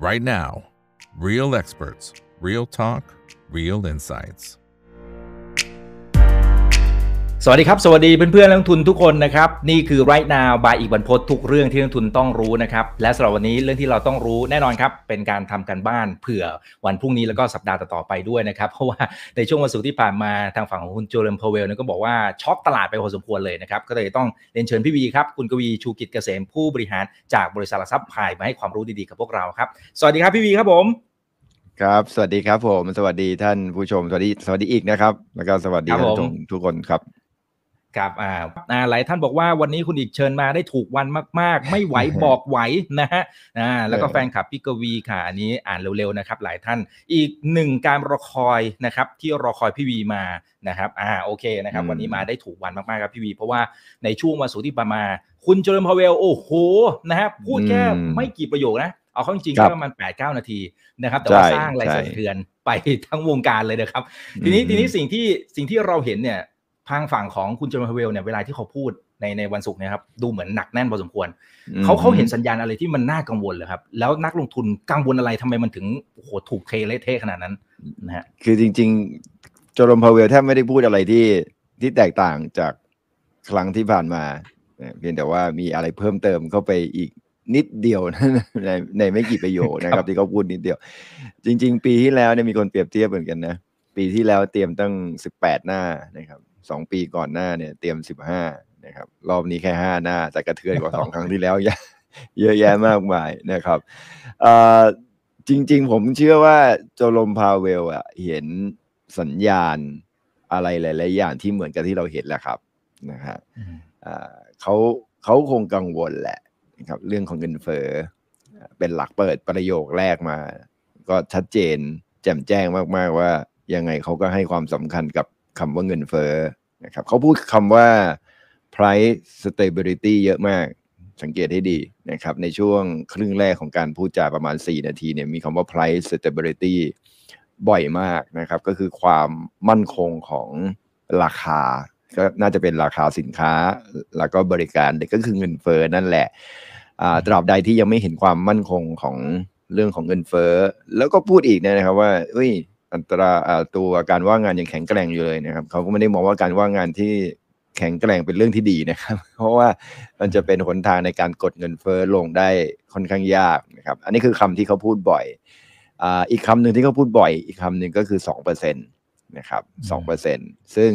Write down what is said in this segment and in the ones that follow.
right now. Real experts, real talk, real insights. สวัสดีครับสวัสดีเพื่อนๆนักลงทุนทุกคนนะครับนี่คือ Right Now by อีกบรรพตทุกเรื่องที่นักลงทุนต้องรู้นะครับและสำหรับวันนี้เรื่องที่เราต้องรู้แน่นอนครับเป็นการทำการบ้านเผื่อวันพรุ่งนี้แล้วก็สัปดาห์ต่อๆไปด้วยนะครับเพราะว่าในช่วงวันศุกร์ที่ผ่านมาทางฝั่งของคุณโจเรม พาวเวลก็บอกว่าช็อกตลาดไปพอสมควรเลยนะครับก็เลยต้องเรียนเชิญพี่วีครับคุณกวีชูกิจเกษมผู้บริหารจากบริษัทหลักทรัพย์พายมาให้ความรู้ดีๆกับพวกเราครับสวัสดีครับพี่วีครับผมครับสวัสดีครับผมสวัสดีท่านผู้ชมสวัสดีอีกนะครับแล้วก็สวัสดีท่านผู้ชมทุกคนครับครับหลายท่านบอกว่าวันนี้คุณอีกเชิญมาได้ถูกวันมากๆไม่ไหว บอกไหวนะฮะแล้วก็แฟนคลับพี่กวีค่ะอันนี้อ่านเร็วๆนะครับหลายท่านอีกหนึ่งการรอคอยนะครับที่รอคอยพี่วีมานะครับโอเคนะครับวันนี้มาได้ถูกวันมากๆครับพี่วีเพราะว่าในช่วงวันศุกร์ที่ผ่านมาคุณโจเรม พาวเวลโอ้โหนะฮะพูดแค่ไม่กี่ประโยคนะเอาเข้าจริงๆแค่ประมาณ 8-9 นาทีนะครับแต่ว่าสร้างแรงสั่นสะเทือนไปทั้งวงการเลยนะครับทีนี้สิ่งที่เราเห็นเนี่ยทางฝั่งของคุณโจเรม พาวเวลเนี่ยเวลาที่เขาพูดในวันศุกร์นะครับดูเหมือนหนักแน่นพอสมควรเขาเห็นสัญญาณอะไรที่มันน่ากังวลเหรอครับแล้วนักลงทุนกังวลอะไรทำไมมันถึงโอ้โหถูกเทเละเทะขนาดนั้นนะฮะคือจริงๆโจเรม พาวเวลแทบไม่ได้พูดอะไรที่แตกต่างจากครั้งที่ผ่านมาเพียงแต่ว่ามีอะไรเพิ่มเติมเข้าไปอีกนิดเดียวในไม่กี่ประโยคนะครับที่เขาพูดนิดเดียวจริงๆปีที่แล้วเนี่ยมีคนเปรียบเทียบเหมือนกันนะปีที่แล้วเตรียมตั้ง18หน้านะครับ2 ปีก่อนหน้าเนี่ยเตรียม15นะครับรอบนี้แค่5หน้าแต่กระเทือนกว่า2 ครั้งที่แล้วเยอะแยะมากมายนะครับจริงๆผมเชื่อว่าโจเรม พาวเวลเห็นสัญญาณอะไรหลายๆอย่างที่เหมือนกับที่เราเห็นแหละครับนะฮะเขาคงกังวลแหละนะครับเรื่องของเงินเฟ้อเป็นหลักเปิดประโยคแรกมาก็ชัดเจนแจ่มแจ้งมากๆว่ายังไงเขาก็ให้ความสำคัญกับคำว่าเงินเฟ้อนะครับเขาพูดคำว่า price stability เยอะมากสังเกตให้ดีนะครับในช่วงครึ่งแรกของการพูดจาประมาณ4 นาทีเนี่ยมีคำว่า price stability บ่อยมากนะครับก็คือความมั่นคงของราคาก็น่าจะเป็นราคาสินค้าแล้วก็บริการก็คือเงินเฟ้อนั่นแหละตราบใดที่ยังไม่เห็นความมั่นคงของเรื่องของเงินเฟ้อแล้วก็พูดอีกนะครับว่าอัตราตัวการว่างงานยังแข็งแกร่งอยู่เลยนะครับเขาก็ไม่ได้มองว่าการว่างงานที่แข็งแกร่งเป็นเรื่องที่ดีนะครับเพราะว่ามันจะเป็นหนทางในการกดเงินเฟ้อลงได้ค่อนข้างยากนะครับอันนี้คือคำที่เขาพูดบ่อยอีกคำหนึ่งที่เขาพูดบ่อยอีกคำหนึ่งก็คือ 2% นะครับ 2% ซึ่ง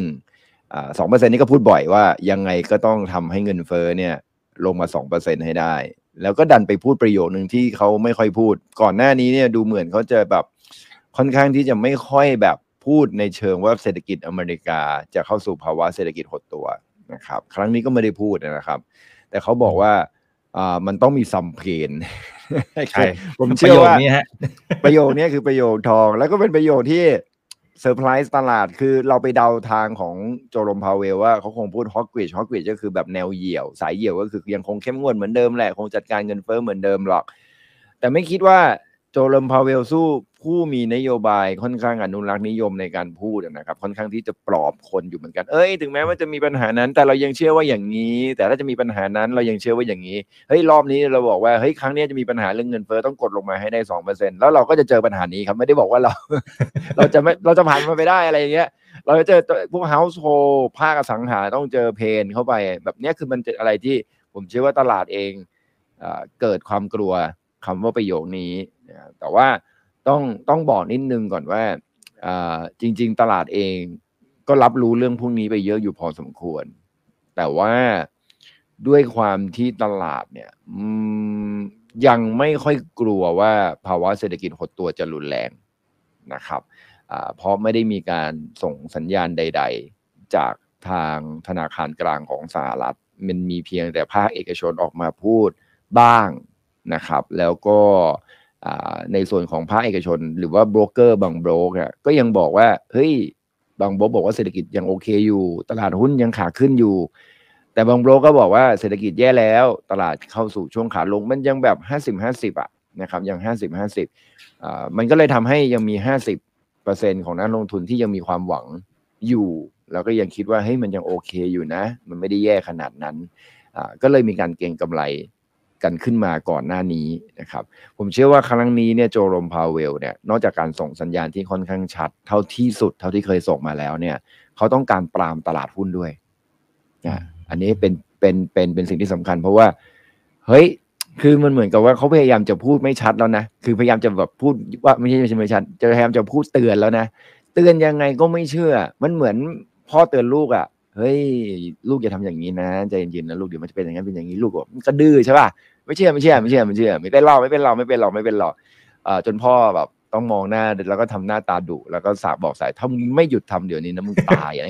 2% นี่ก็พูดบ่อยว่ายังไงก็ต้องทำให้เงินเฟ้อเนี่ยลงมา 2% ให้ได้แล้วก็ดันไปพูดประโยคนึงที่เขาไม่ค่อยพูดก่อนหน้านี้เนี่ยดูเหมือนเขาจะแบบค่อนข้างที่จะไม่ค่อยแบบพูดในเชิงว่าเศรษฐกิจอเมริกาจะเข้าสู่ภาวะเศรษฐกิจหดตัวนะครับครั้งนี้ก็ไม่ได้พูดนะครับแต่เขาบอกว่ามันต้องมีซัมเพนใช่ผมเชื่อว่าประโยคนี้คือประโยคทองแล้วก็เป็นประโยคที่เซอร์ไพรส์ตลาดคือเราไปเดาทางของโจเรม พาวเวลว่าเขาคงพูดฮอกกิชก็คือแบบแนวเหยี่ยวสายเหยี่ยวก็คือยังคงเข้มงวดเหมือนเดิมแหละคงจัดการเงินเฟ้อเหมือนเดิมหรอกแต่ไม่คิดว่าโจเรม พาวเวลสู้ผู้มีนโยบายค่อนข้างอนุรักษ์นิยมในการพูดนะครับค่อนข้างที่จะปลอบคนอยู่เหมือนกันถึงแม้ว่าจะมีปัญหานั้นแต่เรายังเชื่อว่าอย่างนี้แต่ถ้าจะมีปัญหานั้นเรายังเชื่อว่าอย่างนี้รอบนี้เราบอกว่าครั้งนี้จะมีปัญหาเรื่องเงินเฟ้อต้องกดลงมาให้ได้ 2% แล้วเราก็จะเจอปัญหานี้ครับไม่ได้บอกว่าเราจะผ่านมันไปได้อะไรอย่างเงี้ยเราจะเจอพวก household ภาคอสังหาต้องเจอเพนเข้าไปแบบนี้คือมันจะอะไรที่ผมเชื่อว่าตลาดเองเกิดความกลัวคำว่าประโยคนี้แต่ว่าต้องบอกนิดนึงก่อนว่าจริงๆตลาดเองก็รับรู้เรื่องพวกนี้ไปเยอะอยู่พอสมควรแต่ว่าด้วยความที่ตลาดเนี่ยยังไม่ค่อยกลัวว่าภาวะเศรษฐกิจหดตัวจะรุนแรงนะครับเพราะไม่ได้มีการส่งสัญญาณใดๆจากทางธนาคารกลางของสหรัฐมันมีเพียงแต่ภาคเอกชนออกมาพูดบ้างนะครับแล้วก็ในส่วนของภาคเอกชนหรือว่าโบรกเกอร์บางโบรกก็ยังบอกว่าบางโบรกบอกว่าเศรษฐกิจยังโอเคอยู่ตลาดหุ้นยังขาขึ้นอยู่แต่บางโบรกก็บอกว่าเศรษฐกิจแย่แล้วตลาดเข้าสู่ช่วงขาลงมันยังแบบ50-50นะครับยัง50-50มันก็เลยทำให้ยังมี50% ของนักลงทุนที่ยังมีความหวังอยู่แล้วก็ยังคิดว่ามันยังโอเคอยู่นะมันไม่ได้แย่ขนาดนั้นก็เลยมีการเก็งกำไรกันขึ้นมาก่อนหน้านี้นะครับผมเชื่อว่าครั้งนี้เนี่ยโจโรมพาวเวลเนี่ยนอกจากการส่งสัญญาณที่ค่อนข้างชัดเท่าที่สุดเท่าที่เคยส่งมาแล้วเนี่ยเขาต้องการปรามตลาดหุ้นด้วยอันนี้เป็นสิ่งที่สำคัญเพราะว่าเฮ้ยคือมันเหมือนกับว่าเขาพยายามจะพูดไม่ชัดแล้วนะคือพยายามจะแบบพูดว่าไม่ใช่ไม่ชัดจะพยายามจะพูดเตือนแล้วนะเตือนยังไงก็ไม่เชื่อมันเหมือนพ่อเตือนลูกอ่ะเฮ้ยลูกอย่าทำอย่างนี้นะใจเย็นๆนะลูกเดี๋ยวมันจะเป็นอย่างนั้นเป็นอย่างนี้ลูกก็ดื้อใช่ป่ะไม่เชื่อไม่เป็นหรอกจนพ่อแบบต้องมองหน้าแล้วก็ทำหน้าตาดุแล้วก็บอกสายถ้ามึงไม่หยุดทำเดี๋ยวนี้นะมึงตายอะไร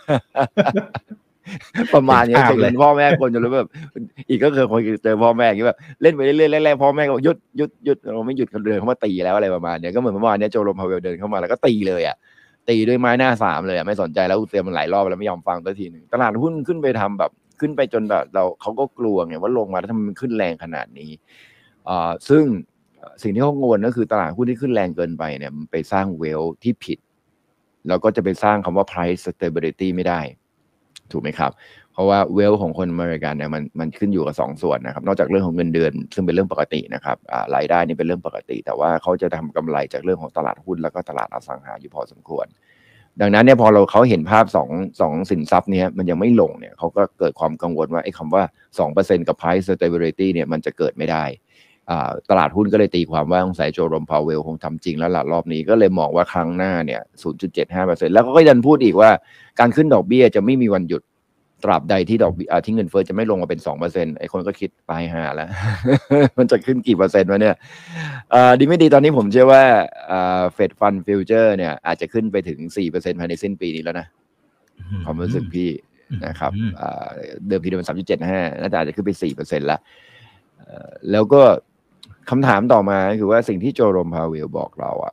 ประมาณนี้เคยเห็นพ่อแม่คนจะรู้แบบอีกก็เคยเจอพ่อแม่อย่างนี้แบบเล่นไปเรื่อยๆแรกๆพ่อแม่ก็หยุดเราไม่หยุดเขาเดินเข้ามาตีแล้วอะไรประมาณนี้ก็เหมือนเมื่อวานนี้โจโรมพาวเวลเดินเข้ามาแล้วก็ตีเลยอ่ะตีด้วยไม้หน้าสามเลยอ่ะไม่สนใจแล้วเตือนมันหลายรอบแล้วไม่ยอมฟังสักทีนึงตลาดหุ้นขึ้นไปทำแบบขึ้นไปจนแบบเขาก็กลัวไงว่าลงมาแล้วทำไมมันขึ้นแรงขนาดนี้ซึ่งสิ่งที่เขากังวลก็คือตลาดหุ้นที่ขึ้นแรงเกินไปเนี่ยมันไปสร้างเวลที่ผิดแล้วก็จะไปสร้างคำว่า price stability ไม่ได้ถูกไหมครับเพราะว่าเวลของคนอเมริกันเนี่ยมันขึ้นอยู่กับ2ส่วนนะครับนอกจากเรื่องของเงินเดือนซึ่งเป็นเรื่องปกตินะครับรายได้นี่เป็นเรื่องปกติแต่ว่าเขาจะทำกำไรจากเรื่องของตลาดหุ้นแล้วก็ตลาดอสังหาอยู่พอสมควรดังนั้นเนี่ยพอเขาเห็นภาพ2สินทรัพย์นี้มันยังไม่ลงเนี่ยเขาก็เกิดความกังวลว่าไอ้คำว่า 2% กับ price stability เนี่ยมันจะเกิดไม่ได้ตลาดหุ้นก็เลยตีความว่าสงสัยโจโรมพาวเวลคงทำจริงแล้วล่ะรอบนี้ก็เลยมองว่าครั้งหน้าเนี่ย 0.75% แล้วก็ยันพูดอีกว่าการขึ้นดอกเบี้ยจะไม่มีวันหยุดตราบใดที่ที่เงินเฟ้อจะไม่ลงมาเป็น 2% ไอ้คนก็คิดไปหาแล้ว มันจะขึ้นกี่เปอร์เซ็นต์วะเนี่ยดีไม่ดีตอนนี้ผมเชื่อว่าเฟดฟันฟิวเจอร์เนี่ยอาจจะขึ้นไปถึง 4% ภายในสิ้นปีนี้แล้วนะความรู้สึกพี่นะครับเดิมทีเดิม 3.75 น่าจะอาจจะขึ้นไป 4% แล้วก็คำถามต่อมาคือว่าสิ่งที่โจโรมพาวเวลบอกเราอ่ะ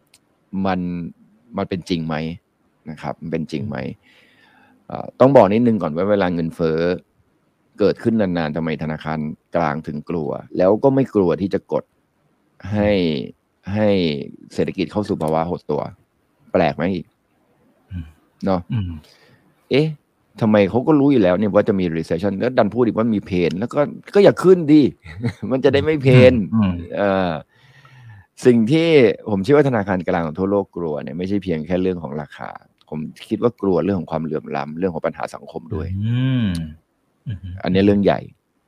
มันเป็นจริงไหมนะครับมันเป็นจริงไหมต้องบอกนิดนึงก่อนว่าเวลาเงินเฟ้อเกิดขึ้นนานๆทำไมธนาคารกลางถึงกลัวแล้วก็ไม่กลัวที่จะกดให้เศรษฐกิจเข้าสู่ภาวะหดตัวแปลกไหมอีกเนาะทำไมเขาก็รู้อยู่แล้วเนี่ยว่าจะมี recession แล้วดันพูดอีกว่ามีเพนแล้วก็อย่าขึ้นดิ มันจะได้ไม่เพนสิ่งที่ผมเชื่อว่าธนาคารกลางของทั่วโลกกลัวเนี่ยไม่ใช่เพียงแค่เรื่องของราคาผมคิดว่ากลัวเรื่องของความเหลื่อมล้ำเรื่องของปัญหาสังคมด้วยอันนี้เรื่องใหญ่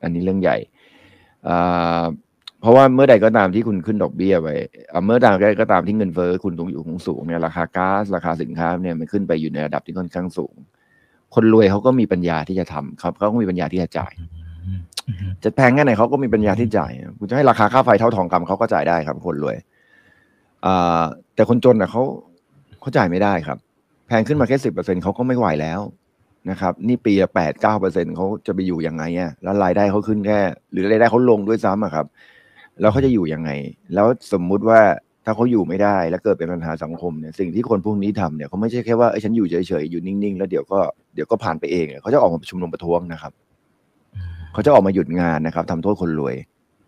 เพราะว่าเมื่อใดก็ตามที่คุณขึ้นดอกเบี้ยไปเมื่อใดก็ตามที่เงินเฟ้อคุณอยู่สูงเนี่ยราคาก๊าซราคาสินค้าเนี่ยมันขึ้นไปอยู่ในระดับที่ค่อนข้างสูงคนรวยเขาก็มีปัญญาที่จะทำครับเขาก็มีปัญญาที่จะจ่ายจะแพงแค่ไหนเขาก็มีปัญญาที่จ่ายคุณจะให้ราคาค่าไฟเท่าทองคำเขาก็จ่ายได้ครับคนรวยแต่คนจนเขาจ่ายไม่ได้ครับแพงขึ้นมาแค่ 10% เขาก็ไม่ไหวแล้วนะครับนี่ปีละ 8-9% เขาจะไปอยู่ยังไงอ่ะแล้วรายได้เขาขึ้นแค่หรือรายได้เขาลงด้วยซ้ำครับแล้วเขาจะอยู่ยังไงแล้วสมมุติว่าถ้าเขาอยู่ไม่ได้แล้วเกิดเป็นปัญหาสังคมเนี่ยสิ่งที่คนพวกนี้ทำเนี่ยเขาไม่ใช่แค่ว่าฉันอยู่เฉยๆอยู่นิ่งๆแล้วเดี๋ยวก็ผ่านไปเองเขาจะออกมาชุมนุมประท้วงนะครับเขาจะออกมาหยุดงานนะครับทำโทษคนรวย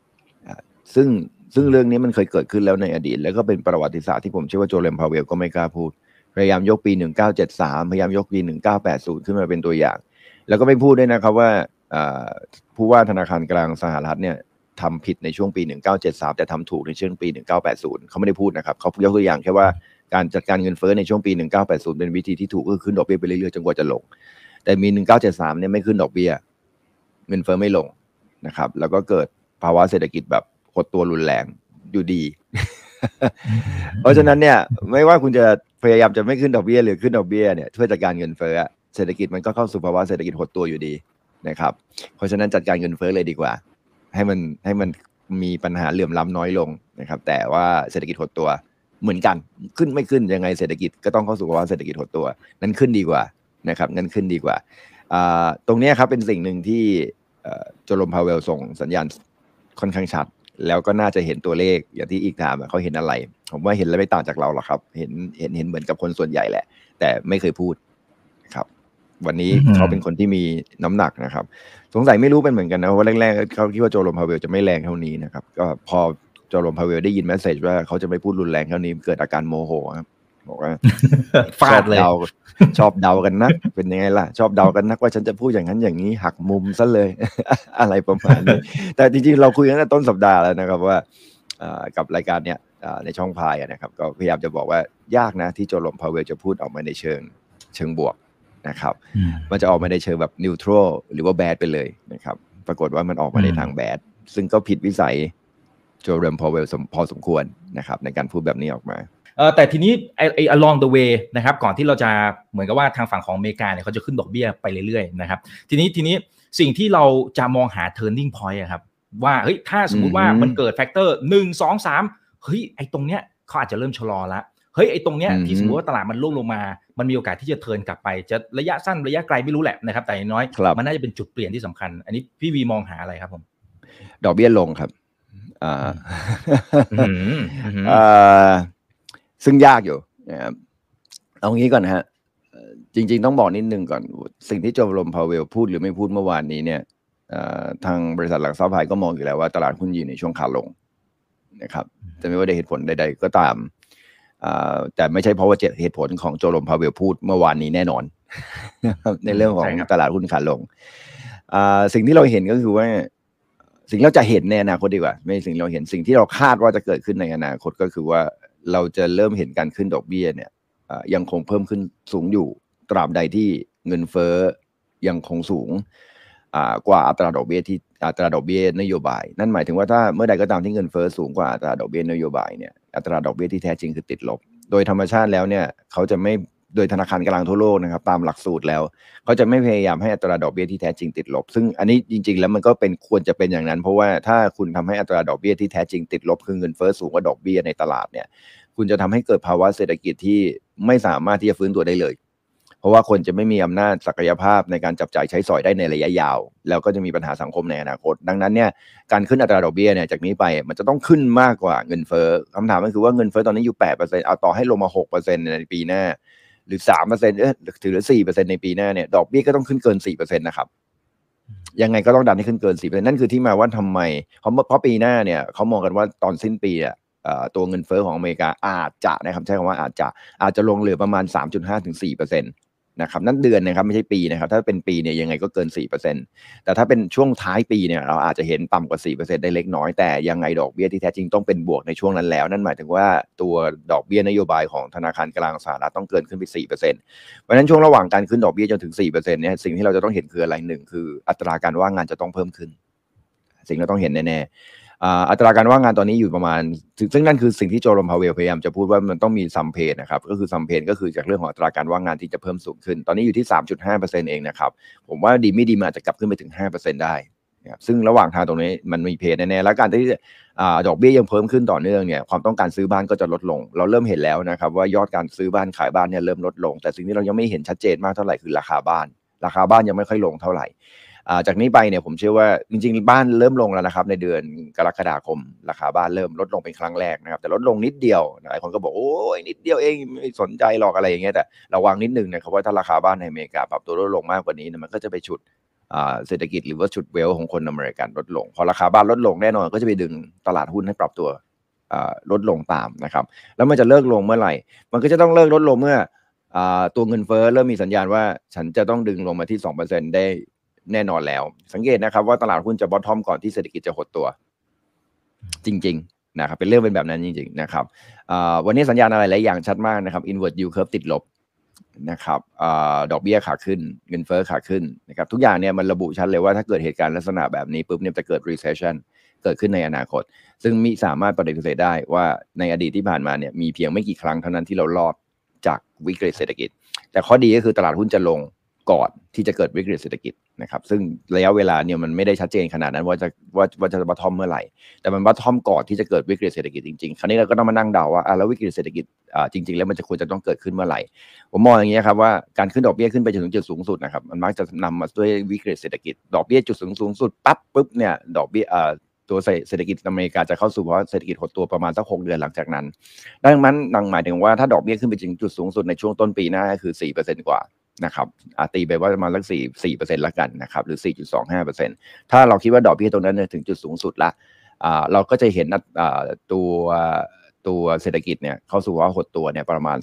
ซึ่งเรื่องนี้มันเคยเกิดขึ้นแล้วในอดีตแล้วก็เป็นประวัติศาสตร์ที่ผมเชื่อว่าโจโรมพาวเวลก็ไม่กล้าพูดพยายามยกปี1973พยายามยกปี1980ขึ้นมาเป็นตัวอย่างแล้วก็ไม่พูดด้วยนะครับว่าผู้ว่าธนาคารกลางสหรัฐเนี่ยทำผิดในช่วงปี1973แต่ทำถูกในช่วงปี1980เขาไม่ได้พูดนะครับเขายกตัวอย่างแค่ว่าการจัดการเงินเฟ้อในช่วงปี1980เป็นวิธีที่ถูกก็คือขึ้นดอกเบี้ยไปเรื่อยๆจนกว่าจะลงแต่มี1973เนี่ยไม่ขึ้นดอกเบี้ยเงินเฟ้อไม่ลงนะครับแล้วก็เกิดภาวะเศรษฐกิจแบบหดตัวรุนแรงอยู่ดี เพราะฉะนั้นเนี่ยไม่ว่าคุณจะพยายามจะไม่ขึ้นดอกเบี้ยหรือขึ้นดอกเบี้ยเนี่ยช่วยจัดการเงินเฟ้อเศรษฐกิจมันก็เข้าสู่ภาวะเศรษฐกิจหดตัวอยู่ดีนะครับเพราะฉะนั้นจัดการเงินเฟ้อเลยดีกว่าให้มันมีปัญหาเหลื่อมล้ำน้อยลงนะครับแต่ว่าเศรษฐกิจหดตัวเหมือนกันขึ้นไม่ขึ้นยังไงเศรษฐกิจก็ต้องเข้าสู่ภาวะเศรษฐกิจหดตัวนั้นขึ้นดีกว่านะครับนั้นขึ้นดีกว่าตรงนี้ครับเป็นสิ่งหนึ่งที่โจโรมพาวเวลส่งสัญญาณค่อนข้างชัดแล้วก็น่าจะเห็นตัวเลขอย่างที่อีกถามเขาเห็นอะไรผมว่าเห็นแล้วไม่ต่างจากเราหรอกครับเห็นเหมือนกับคนส่วนใหญ่แหละแต่ไม่เคยพูดครับวันนี้เขาเป็นคนที่มีน้ำหนักนะครับสงสัยไม่รู้เป็นเหมือนกันนะว่าแรกๆเขาคิดว่าโจโรมพาวเวลจะไม่แรงเท่านี้นะครับก็พอโจโรมพาวเวลได้ยินเมสเสจว่าเขาจะไม่พูดรุนแรงเท่านี้เกิดอาการโมโหครับบอกว่าฟาดเลยชอบเดากันนักเป็นยังไงล่ะชอบเดากันนักว่าฉันจะพูดอย่างนั้นอย่างนี้หักมุมซะเลย อะไรประมาณนี้ แต่จริงๆเราคุยกันตั้งแต่ต้นสัปดาห์แล้วนะครับว่ากับรายการเนี้ยในช่องพายนะครับก็พยายามจะบอกว่ายากนะที่โจลมพาเวลจะพูดออกมาในเชิงบวกนะครับมันจะออกมาในเชิงแบบนิวทรัลหรือว่าแบดไปเลยนะครับปรากฏว่ามันออกมาในทางแบดซึ่งก็ผิดวิสัยโจลมพาเวลพอสมควรนะครับในการพูดแบบนี้ออกมาแต่ทีนี้ไอ้ along the way นะครับก่อนที่เราจะเหมือนกับว่าทางฝั่งของอเมริกาเนี่ยเขาจะขึ้นดอกเบี้ยไปเรื่อยๆนะครับทีนี้สิ่งที่เราจะมองหา turning point อะครับว่าเฮ้ยถ้าสมมุติว่ามันเกิดแฟกเตอร์1 2 3เฮ้ยไอ้ตรงเนี้ยเขาอาจจะเริ่มชะลอละเฮ้ยไอ้ตรงเนี้ยที่สมมติว่าตลาดมันลงมามันมีโอกาสที่จะเทิร์นกลับไปจะระยะสั้นระยะไกลไม่รู้แหละนะครับแต่น้อยมันน่าจะเป็นจุดเปลี่ยนที่สำคัญอันนี้พี่วีมองหาอะไรครับผมดอกเบี้ยลงครับซึ่งยากอยู่นะครับเอางี้ก่อนฮะจริงๆต้องบอกนิดนึงก่อนสิ่งที่โจลมพาเวลพูดหรือไม่พูดเมื่อวานนี้เนี่ยทางบริษัทหลักทรัพย์ไทยก็มองอยู่แล้วว่าตลาดหุ้นอยู่ในช่วงขาลงนะครับแต่ไม่ว่าด้วยเหตุผลใดๆก็ตามแต่ไม่ใช่เพราะว่าเหตุผลของโจลมพาเวลพูดเมื่อวานนี้แน่นอนในเรื่องของตลาดหุ้นขาลงสิ่งที่เราเห็นก็คือว่าสิ่งเราจะเห็นในอนาคตดีกว่าไม่สิ่งเราเห็นสิ่งที่เราคาดว่าจะเกิดขึ้นในอนาคตก็คือว่าเราจะเริ่มเห็นการขึ้นดอกเบี้ยเนี่ยยังคงเพิ่มขึ้นสูงอยู่ตราบใดที่เงินเฟ้อยังคงสูงกว่าอัตราดอกเบี้ยนโยบายนั่นหมายถึงว่าถ้าเมื่อใดก็ตามที่เงินเฟ้อสูงกว่าอัตราดอกเบี้ยนโยบายเนี่ยอัตราดอกเบี้ยที่แท้จริงคือติดลบโดยธรรมชาติแล้วเนี่ยเขาจะไม่โดยธนาคารกลางทั่วโลกนะครับตามหลักสูตรแล้วเขาจะไม่พยายามให้อัตราดอกเบี้ยที่แท้จริงติดลบซึ่งอันนี้จริงๆแล้วมันก็ควรจะเป็นอย่างนั้นเพราะว่าถ้าคุณทำให้อัตราดอกเบี้ยที่แท้จริงติดลบคือเงินเฟ้อสูงกว่าดอกเบี้ยในตลาดเนี่ยคุณจะทำให้เกิดภาวะเศรษฐกิจที่ไม่สามารถที่จะฟื้นตัวได้เลยเพราะว่าคนจะไม่มีอำนาจศักยภาพในการจับจ่ายใช้สอยได้ในระยะยาวแล้วก็จะมีปัญหาสังคมในอนาคตดังนั้นเนี่ยการขึ้นอัตราดอกเบี้ยเนี่ยจากนี้ไปมันจะต้องขึ้นมากกว่าเงินเฟ้อคำถามก็คือว่าเงินเฟ้อตอนนี้อยู่ 8% เอาต่อให้ลงมา 6% ในปีหน้าหรือ 3% ถือ 4% ในปีหน้าเนี่ยดอกเบี้ยก็ต้องขึ้นเกิน 4% นะครับยังไงก็ต้องดันให้ขึ้นเกิน 4% นั่นคือที่มาว่าทำไมเพราะปีหน้าเนี่ยเขามองกันว่าตอนสิ้นปีอ่ะตัวเงินเฟ้อของอเมริกาอาจจะนะครับใช้คำว่าอาจจะลงเหลือประมาณ 3.5 ถึง 4% นะครับนั่นเดือนนะครับไม่ใช่ปีนะครับถ้าเป็นปีเนี่ยยังไงก็เกิน 4% แต่ถ้าเป็นช่วงท้ายปีเนี่ยเราอาจจะเห็นต่ำกว่า 4% ได้เล็กน้อยแต่ยังไงดอกเบี้ยที่แท้จริงต้องเป็นบวกในช่วงนั้นแล้วนั่นหมายถึงว่าตัวดอกเบี้ยนโยบายของธนาคารกลางสหรัฐต้องเกินขึ้นไป 4% เพราะฉะนั้นช่วงระหว่างการขึ้นดอกเบี้ยจนถึง 4% เนี่ยสิ่งที่เราจะต้องเห็นคืออะไรหนึ่งคืออัตราการว่างงานจะต้องเพิ่มขึ้นสิ่งที่เราต้องเห็นแน่อัตราการว่างงานตอนนี้อยู่ประมาณซึ่งนั่นคือสิ่งที่โจลมพาเวลพยายามจะพูดว่ามันต้องมีซัมเพนนะครับก็คือซัมเพนก็คือจากเรื่องของอัตราการว่างงานที่จะเพิ่มสูงขึ้นตอนนี้อยู่ที่ 3.5% เองนะครับผมว่าดีไม่ดีมันอาจจะกลับขึ้นไปถึง 5% ได้นะครับซึ่งระหว่างทางตรงนี้มันมีเพนแน่ๆแล้วการที่ดอกเบี้ยยังเพิ่มขึ้นต่อเนื่องเนี่ยความต้องการซื้อบ้านก็จะลดลงเราเริ่มเห็นแล้วนะครับว่ายอดการซื้อบ้านขายบ้านเนี่ยเริ่มลดลงแต่สิ่งที่เรายังไม่เห็นชัดเจนมากเท่าไหร่คือราคาบ้านยังไม่ค่อยลงเท่าไหร่จากนี้ไปเนี่ยผมเชื่อว่าจริงๆบ้านเริ่มลงแล้วนะครับในเดือนกรกฎาคมราคาบ้านเริ่มลดลงเป็นครั้งแรกนะครับแต่ลดลงนิดเดียวหลายคนก็บอกโอ้ยนิดเดียวเองไม่สนใจหรอกอะไรอย่างเงี้ยแต่ระวังนิดนึงนะครับว่าถ้าราคาบ้านในอเมริกาปรับตัวลดลงมากกว่านี้เนี่ยมันก็จะไปฉุดเศรษฐกิจหรือว่าฉุดเวลของคนอเมริกันลดลงพอราคาบ้านลดลงแน่นอนก็จะไปดึงตลาดหุ้นให้ปรับตัวลดลงตามนะครับแล้วมันจะเลิกลงเมื่อไหร่มันก็จะต้องเลิกลดลงเมื่อตัวเงินเฟ้อเริ่มมีสัญญาณว่าฉันจะต้องดึงลงมาที่ 2% ได้แน่นอนแล้วสังเกตนะครับว่าตลาดหุ้นจะบอททอมก่อนที่เศรษฐกิจจะหดตัวจริงๆนะครับเป็นเรื่องเป็นแบบนั้นจริงๆนะครับวันนี้สัญญาณอะไรหลายอย่างชัดมากนะครับ inward yield curve ติดลบนะครับดอกเบี้ยขาขึ้นเงินเฟ้อขาขึ้นนะครับทุกอย่างเนี่ยมันระบุชัดเลยว่าถ้าเกิดเหตุการณ์ลักษณะแบบนี้ปุ๊บเนี่ยจะเกิด recession เกิดขึ้นในอนาคตซึ่งมิสามารถปฏิเสธได้ว่าในอดีตที่ผ่านมาเนี่ยมีเพียงไม่กี่ครั้งเท่านั้นที่เรารอดจากวิกฤตเศรษฐกิจแต่ข้อดีก็คือตลาดหุ้นจะลงก่อนที่จะเกิดวิกฤตเศรษฐกิจนะครับซึ่งระยะเวลาเนี่ยมันไม่ได้ชัดเจนขนาดนั้นว่าจะบอททอมเมื่อไหร่แต่มันบอททอมก่อนที่จะเกิดวิกฤตเศรษฐกิจจริงๆคราวนี้เราก็ต้องมานั่งเดาว่าแล้ววิกฤตเศรษฐกิจจริงๆแล้วมันจะควรจะต้องเกิดขึ้นเมื่อไหร่ผมมองอย่างนี้ครับว่าการขึ้นดอกเบี้ยขึ้นไปจนถึงจุดสูงสุดนะครับมันมักจะนำมาด้วยวิกฤตเศรษฐกิจดอกเบี้ยจุดสูงสุดปุ๊บเนี่ยดอกเบี้ยตัวเศรษฐกิจอเมริกาจะเข้าสู่ภาวะเศรษฐกิจหดตัวประมาณสัก6 เดือนหลังจากนั้นดังนั้นหมายถึงว่าถ้าดอกเบี้ยขึ้นไปถึงจุดสูงสุดในช่วงต้นปีหน้าก็คือ 4% กว่านะครับตีไปว่าประมาณสัก4% ละกันนะครับหรือ 4.25% ถ้าเราคิดว่าดอกเบี้ยตรงนั้นถึงจุดสูงสุดละเราก็จะเห็นตัวเศรษฐกิจเนี่ยเข้าสู่ภาวะหดตัวเนี่ยประมาณสัก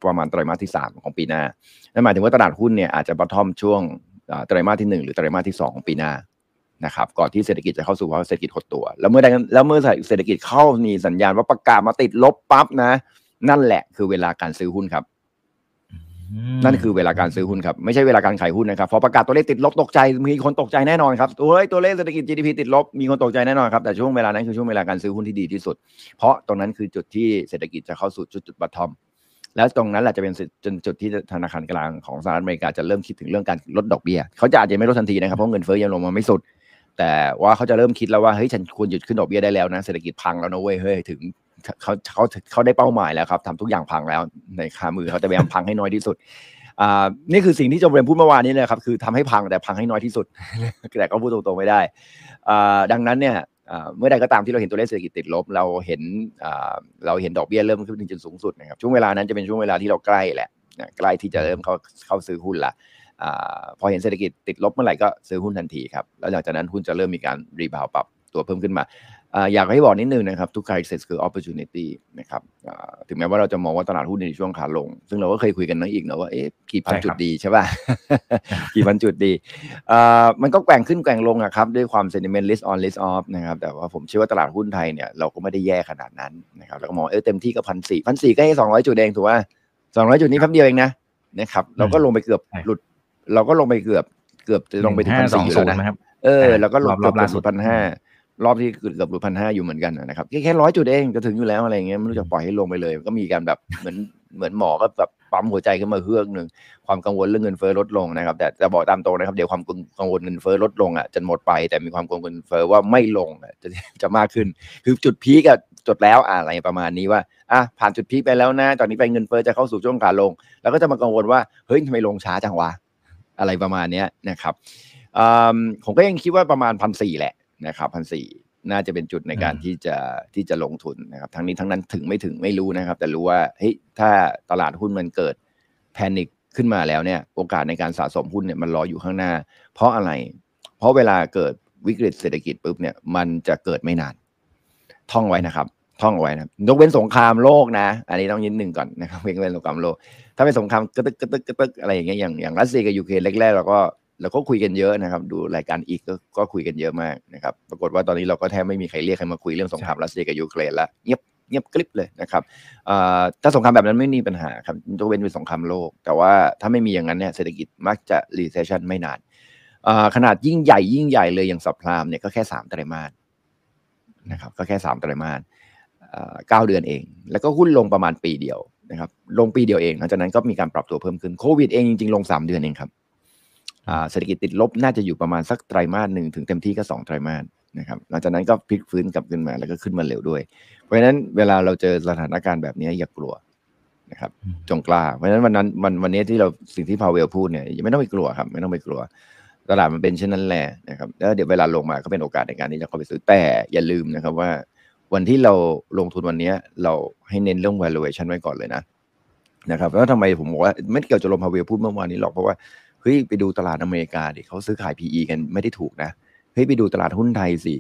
ประมาณไตรมาสที่3ของปีหน้านั่นหมายถึงว่าตลาดหุ้นเนี่ยอาจจะบอททอมช่วงไตรมาสที่1หรือไตรมาสที่2ของปีหน้านะครับก่อนที่เศรษฐกิจจะเข้าสู่ภาวะเศรษฐกิจหดตัวแล้วเมื่อเศรษฐกิจเข้ามีสัญญาณว่าประกาศมาติดลบปั๊บนะนั่นแหละคือเวลาการซื้อหุ้นครับนั่นคือเวลาการซื้อหุ้นครับไม่ใช่เวลาการขายหุ้นนะครับพอประกาศตัวเลขติดลบตกใจมีคนตกใจแน่นอนครับตัวเลขเศรษฐกิจ GDP ติดลบมีคนตกใจแน่นอนครับแต่ช่วงเวลานั้นคือช่วงเวลาการซื้อหุ้นที่ดีที่สุดเพราะตรงนั้นคือจุดที่เศรษฐกิจจะเข้าสู่จุดบอททอมแล้วตรงนั้นแหละจะเป็นจุดที่ธนาคารกลางของสหรัฐอเมริกาจะเริ่มคิดถึงเรื่องการลดดอกเบี้ยเขาจะอาจจะไม่ลดทันทีนะครับเพราะเงินเฟ้อยังลงมาไม่สุดแต่ว่าเขาจะเริ่มคิดแล้วว่าเฮ้ยฉันควรหยุดขึ้นดอกเบี้ยได้แล้วนะเศรษฐกิจพังแล้วนะเว้ยเฮ้ยถึงเขาได้เป้าหมายแล้วครับทำทุกอย่างพังแล้วในขามือเขาจะพยายามพังให้น้อยที่สุดนี่คือสิ่งที่โจมเรนพูดเมื่อวานนี้เลยครับคือทำให้พังแต่พังให้น้อยที่สุดแต่ก็พูดตรงๆไม่ได้ดังนั้นเนี่ยเมื่อใดก็ตามที่เราเห็นตัวเลขเศรษฐกิจติดลบเราเห็นดอกเบี้ยเริ่มขึ้นจุดสูงสุดนะครับช่วงเวลานั้นจะเป็นช่วงเวลาที่เราใกล้แหละใกล้ที่จะเริ่มเข้าซื้อหุ้นละพอเห็นเศรษฐกิจติดลบเมื่อไหร่ก็ซื้อหุ้นทันทีครับแล้วหลังจากนั้นหุ้นจะเริ่มมีการรีบาวปรับตัวเพิ่มขึ้นมาอยากให้บอกนิดนึงนะครับทุก crisis คือ opportunity นะครับถึงแม้ว่าเราจะมองว่าตลาดหุ้นในช่วงขาลงซึ่งเราก็เคยคุยกันนั่นอีกนะว่ากี่พันจุดดีใช่ป่ะ กี่พันจุดดีมันก็แกว่งขึ้นแกว่งลงครับด้วยความ sentiment risk on risk off นะครับแต่ว่าผมเชื่อว่าตลาดหุ้นไทยเนี่ยเราก็ไม่ได้แย่ขนาดนั้นนะครับแล้วก็มองเต็มที่ก็1,400ก็ให้200จุดเองถูกป่ะ200จุดนี้แป๊บเดียวเองนะครับเราก็ลงไปเกือบหลุดเราก็ลงไปเกือบจะลงไปถึง 1,400 อยู่แล้วนะแล้วก็ลงเกือบสุด 1,500 รอบที่เกือบหลุด 1,500 อยู่เหมือนกันนะครับแค่100จุดเองจะถึงอยู่แล้วอะไรอย่างเงี้ยไม่รู้จะปล่อยให้ลงไปเลยก็มีการแบบเหมือนหมอก็แบบปั๊มหัวใจขึ้นมาเฮือกนึงความกังวลเรื่องเงินเฟ้อลดลงนะครับแต่จะบอกตามตรงนะครับเดี๋ยวความกังวลเงินเฟ้อลดลงจะหมดไปแต่มีความกังวลเงินเฟ้อว่าไม่ลงจะมากขึ้นคือจุดพีคจดแล้วอะไรประมาณนี้ว่าผ่านจุดพีคไปแล้วนะตอนนี้ไปเงินเฟ้อจะเข้าสู่ช่วงขาลงแล้วก็จะมากังวลว่าเฮ้ยทำไมลงช้าจังวะอะไรประมาณนี้นะครับผมก็ยังคิดว่าประมาณ 1,400 แหละนะครับ 1,400 น่าจะเป็นจุดในการที่จะลงทุนนะครับทั้งนี้ทั้งนั้นถึงไม่ถึงไม่รู้นะครับแต่รู้ว่าเฮ้ยถ้าตลาดหุ้นมันเกิดแพนิคขึ้นมาแล้วเนี่ยโอกาสในการสะสมหุ้นเนี่ยมันรออยู่ข้างหน้าเพราะอะไรเพราะเวลาเกิดวิกฤตเศรษฐกิจปุ๊บเนี่ยมันจะเกิดไม่นานท่องไว้นะครับท่องไว้นะยกเว้นสงครามโลกนะอันนี้ต้องยินหนึ่งก่อนนะครับยกเว้นสงครามโลกถ้าเป็นสงครามกระตึกอะไรอย่างเงี้ยอย่างรัสเซียกับยูเครนแรกๆเราก็คุยกันเยอะนะครับดูรายการอีกก็คุยกันเยอะมากนะครับปรากฏว่าตอนนี้เราก็แทบไม่มีใครเรียกใครมาคุยเรื่องสงครามรัสเซียกับยูเครนแล้วเงียบกริบเลยนะครับถ้าสงครามแบบนั้นไม่มีปัญหาครับยกเว้นเป็นสงครามโลกแต่ว่าถ้าไม่มีอย่างนั้นเนี่ยเศรษฐกิจมักจะ recession ไม่นานขนาดยิ่งใหญ่เลยอย่างซับไพรม์เนี่ยก็แค่3ไตรมาสนะครับก็แค่3ไตรมาส9 เดือนเองแล้วก็หุ้นลงประมาณปีเดียวนะครับลงปีเดียวเองหลังจากนั้นก็มีการปรับตัวเพิ่มขึ้นโควิดเองจริงๆลง3 เดือนเองครับเศรษฐกิจติดลบน่าจะอยู่ประมาณสักไตรมาส1ถึงเต็มที่ก็2ไตรมาสนะครับหลังจากนั้นก็พลิกฟื้นกลับขึ้นมาแล้วก็ขึ้นมาเร็วด้วยเพราะฉะนั้นเวลาเราเจอสถานการณ์แบบนี้อย่ากลัวนะครับจงกล้าเพราะฉะนั้นวันนี้ที่เราสิ่งที่พาเวลพูดเนี่ยไม่ต้องไปกลัวครับไม่ต้องไปกลัวตลาดมันเป็นเช่นนั้นแหละนะครับแล้วเดี๋ยวเวลาลงมาก็เป็นโอกาสในการที่จะเข้าไปซื้อแต่อย่าลืมนะครับว่าวันที่เราลงทุนวันนี้เราให้เน้นเรื่อง valuation ไว้ก่อนเลยนะครับแล้วทำไมผมบอกว่าไม่เกี่ยวกับโจมพาเวลพูดเมื่อวานนี้หรอกเพราะว่าเฮ้ยไปดูตลาดอเมริกาดิเขาซื้อขาย PE กันไม่ได้ถูกนะเฮ้ยไปดูตลาดหุ้นไทยสิ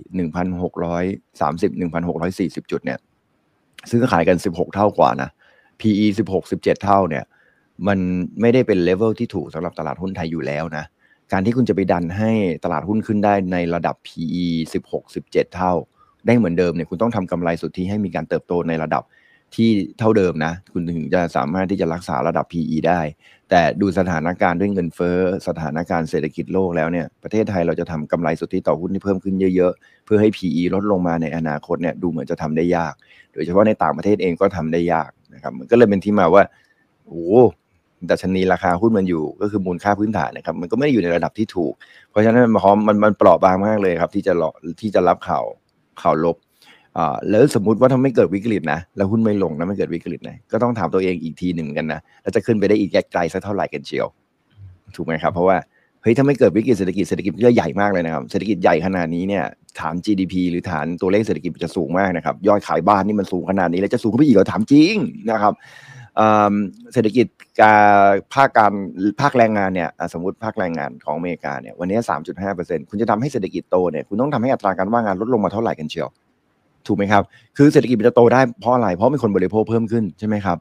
1,630 1,640 จุดเนี่ยซื้อขายกัน16เท่ากว่านะ PE 16-17 เท่าเนี่ยมันไม่ได้เป็นเลเวลที่ถูกสำหรับตลาดหุ้นไทยอยู่แล้วนะการที่คุณจะไปดันให้ตลาดหุ้นขึ้นได้ในระดับ PE 16-17 เท่าได้เหมือนเดิมเนี่ยคุณต้องทำกำไรสุทธิให้มีการเติบโตในระดับที่เท่าเดิมนะคุณถึงจะสามารถที่จะรักษาระดับ PE ได้แต่ดูสถานการณ์ด้วยเงินเฟ้อสถานการณ์เศรษฐกิจโลกแล้วเนี่ยประเทศไทยเราจะทำกำไรสุทธิต่อหุ้นที่เพิ่มขึ้นเยอะๆเพื่อให้ PE ลดลงมาในอนาคตเนี่ยดูเหมือนจะทำได้ยากโดยเฉพาะในต่างประเทศเองก็ทำได้ยากนะครับมันก็เลยเป็นที่มาว่าโอ้ดัชนีราคาหุ้นมันอยู่ก็คือมูลค่าพื้นฐานนะครับมันก็ไม่ได้อยู่ในระดับที่ถูกเพราะฉะนั้นมันเปราะบางมากเลยครับที่จะรับข่าวลบแล้วสมมุติว่าถ้าไม่เกิดวิกฤตนะแล้วหุ้นไม่ลงนะไม่เกิดวิกฤตนะก็ต้องถามตัวเองอีกทีหนึ่งกันนะแล้วจะขึ้นไปได้อีกไกลสักเท่าไหร่กันเชียวถูกไหมครับเพราะว่าเฮ้ยถ้าไม่เกิดวิกฤตเศรษฐกิจก็ใหญ่มากเลยนะครับเศรษฐกิจใหญ่ขนาดนี้เนี่ยฐาน GDP หรือฐานตัวเลขเศรษฐกิจจะสูงมากนะครับยอดขายบ้านนี่มันสูงขนาดนี้แล้วจะสูงขึ้นไปอีกเหรอถามจริงนะครับเศรษฐกิจภาคแรงงานเนี่ยสมมติภาคแรงงานของอเมริกาเนี่ยวันนี้ 3.5% คุณจะทำให้เศรษฐกิจโตเนี่ยคุณต้องทำให้อัตราการว่างงานลดลงมาเท่าไหร่กันเชียวถูกไหมครับคือเศรษฐกิจมันจะโตได้เพราะอะไรเพราะมีคนบริโภคเพิ่มขึ้นใช่ไหมครับ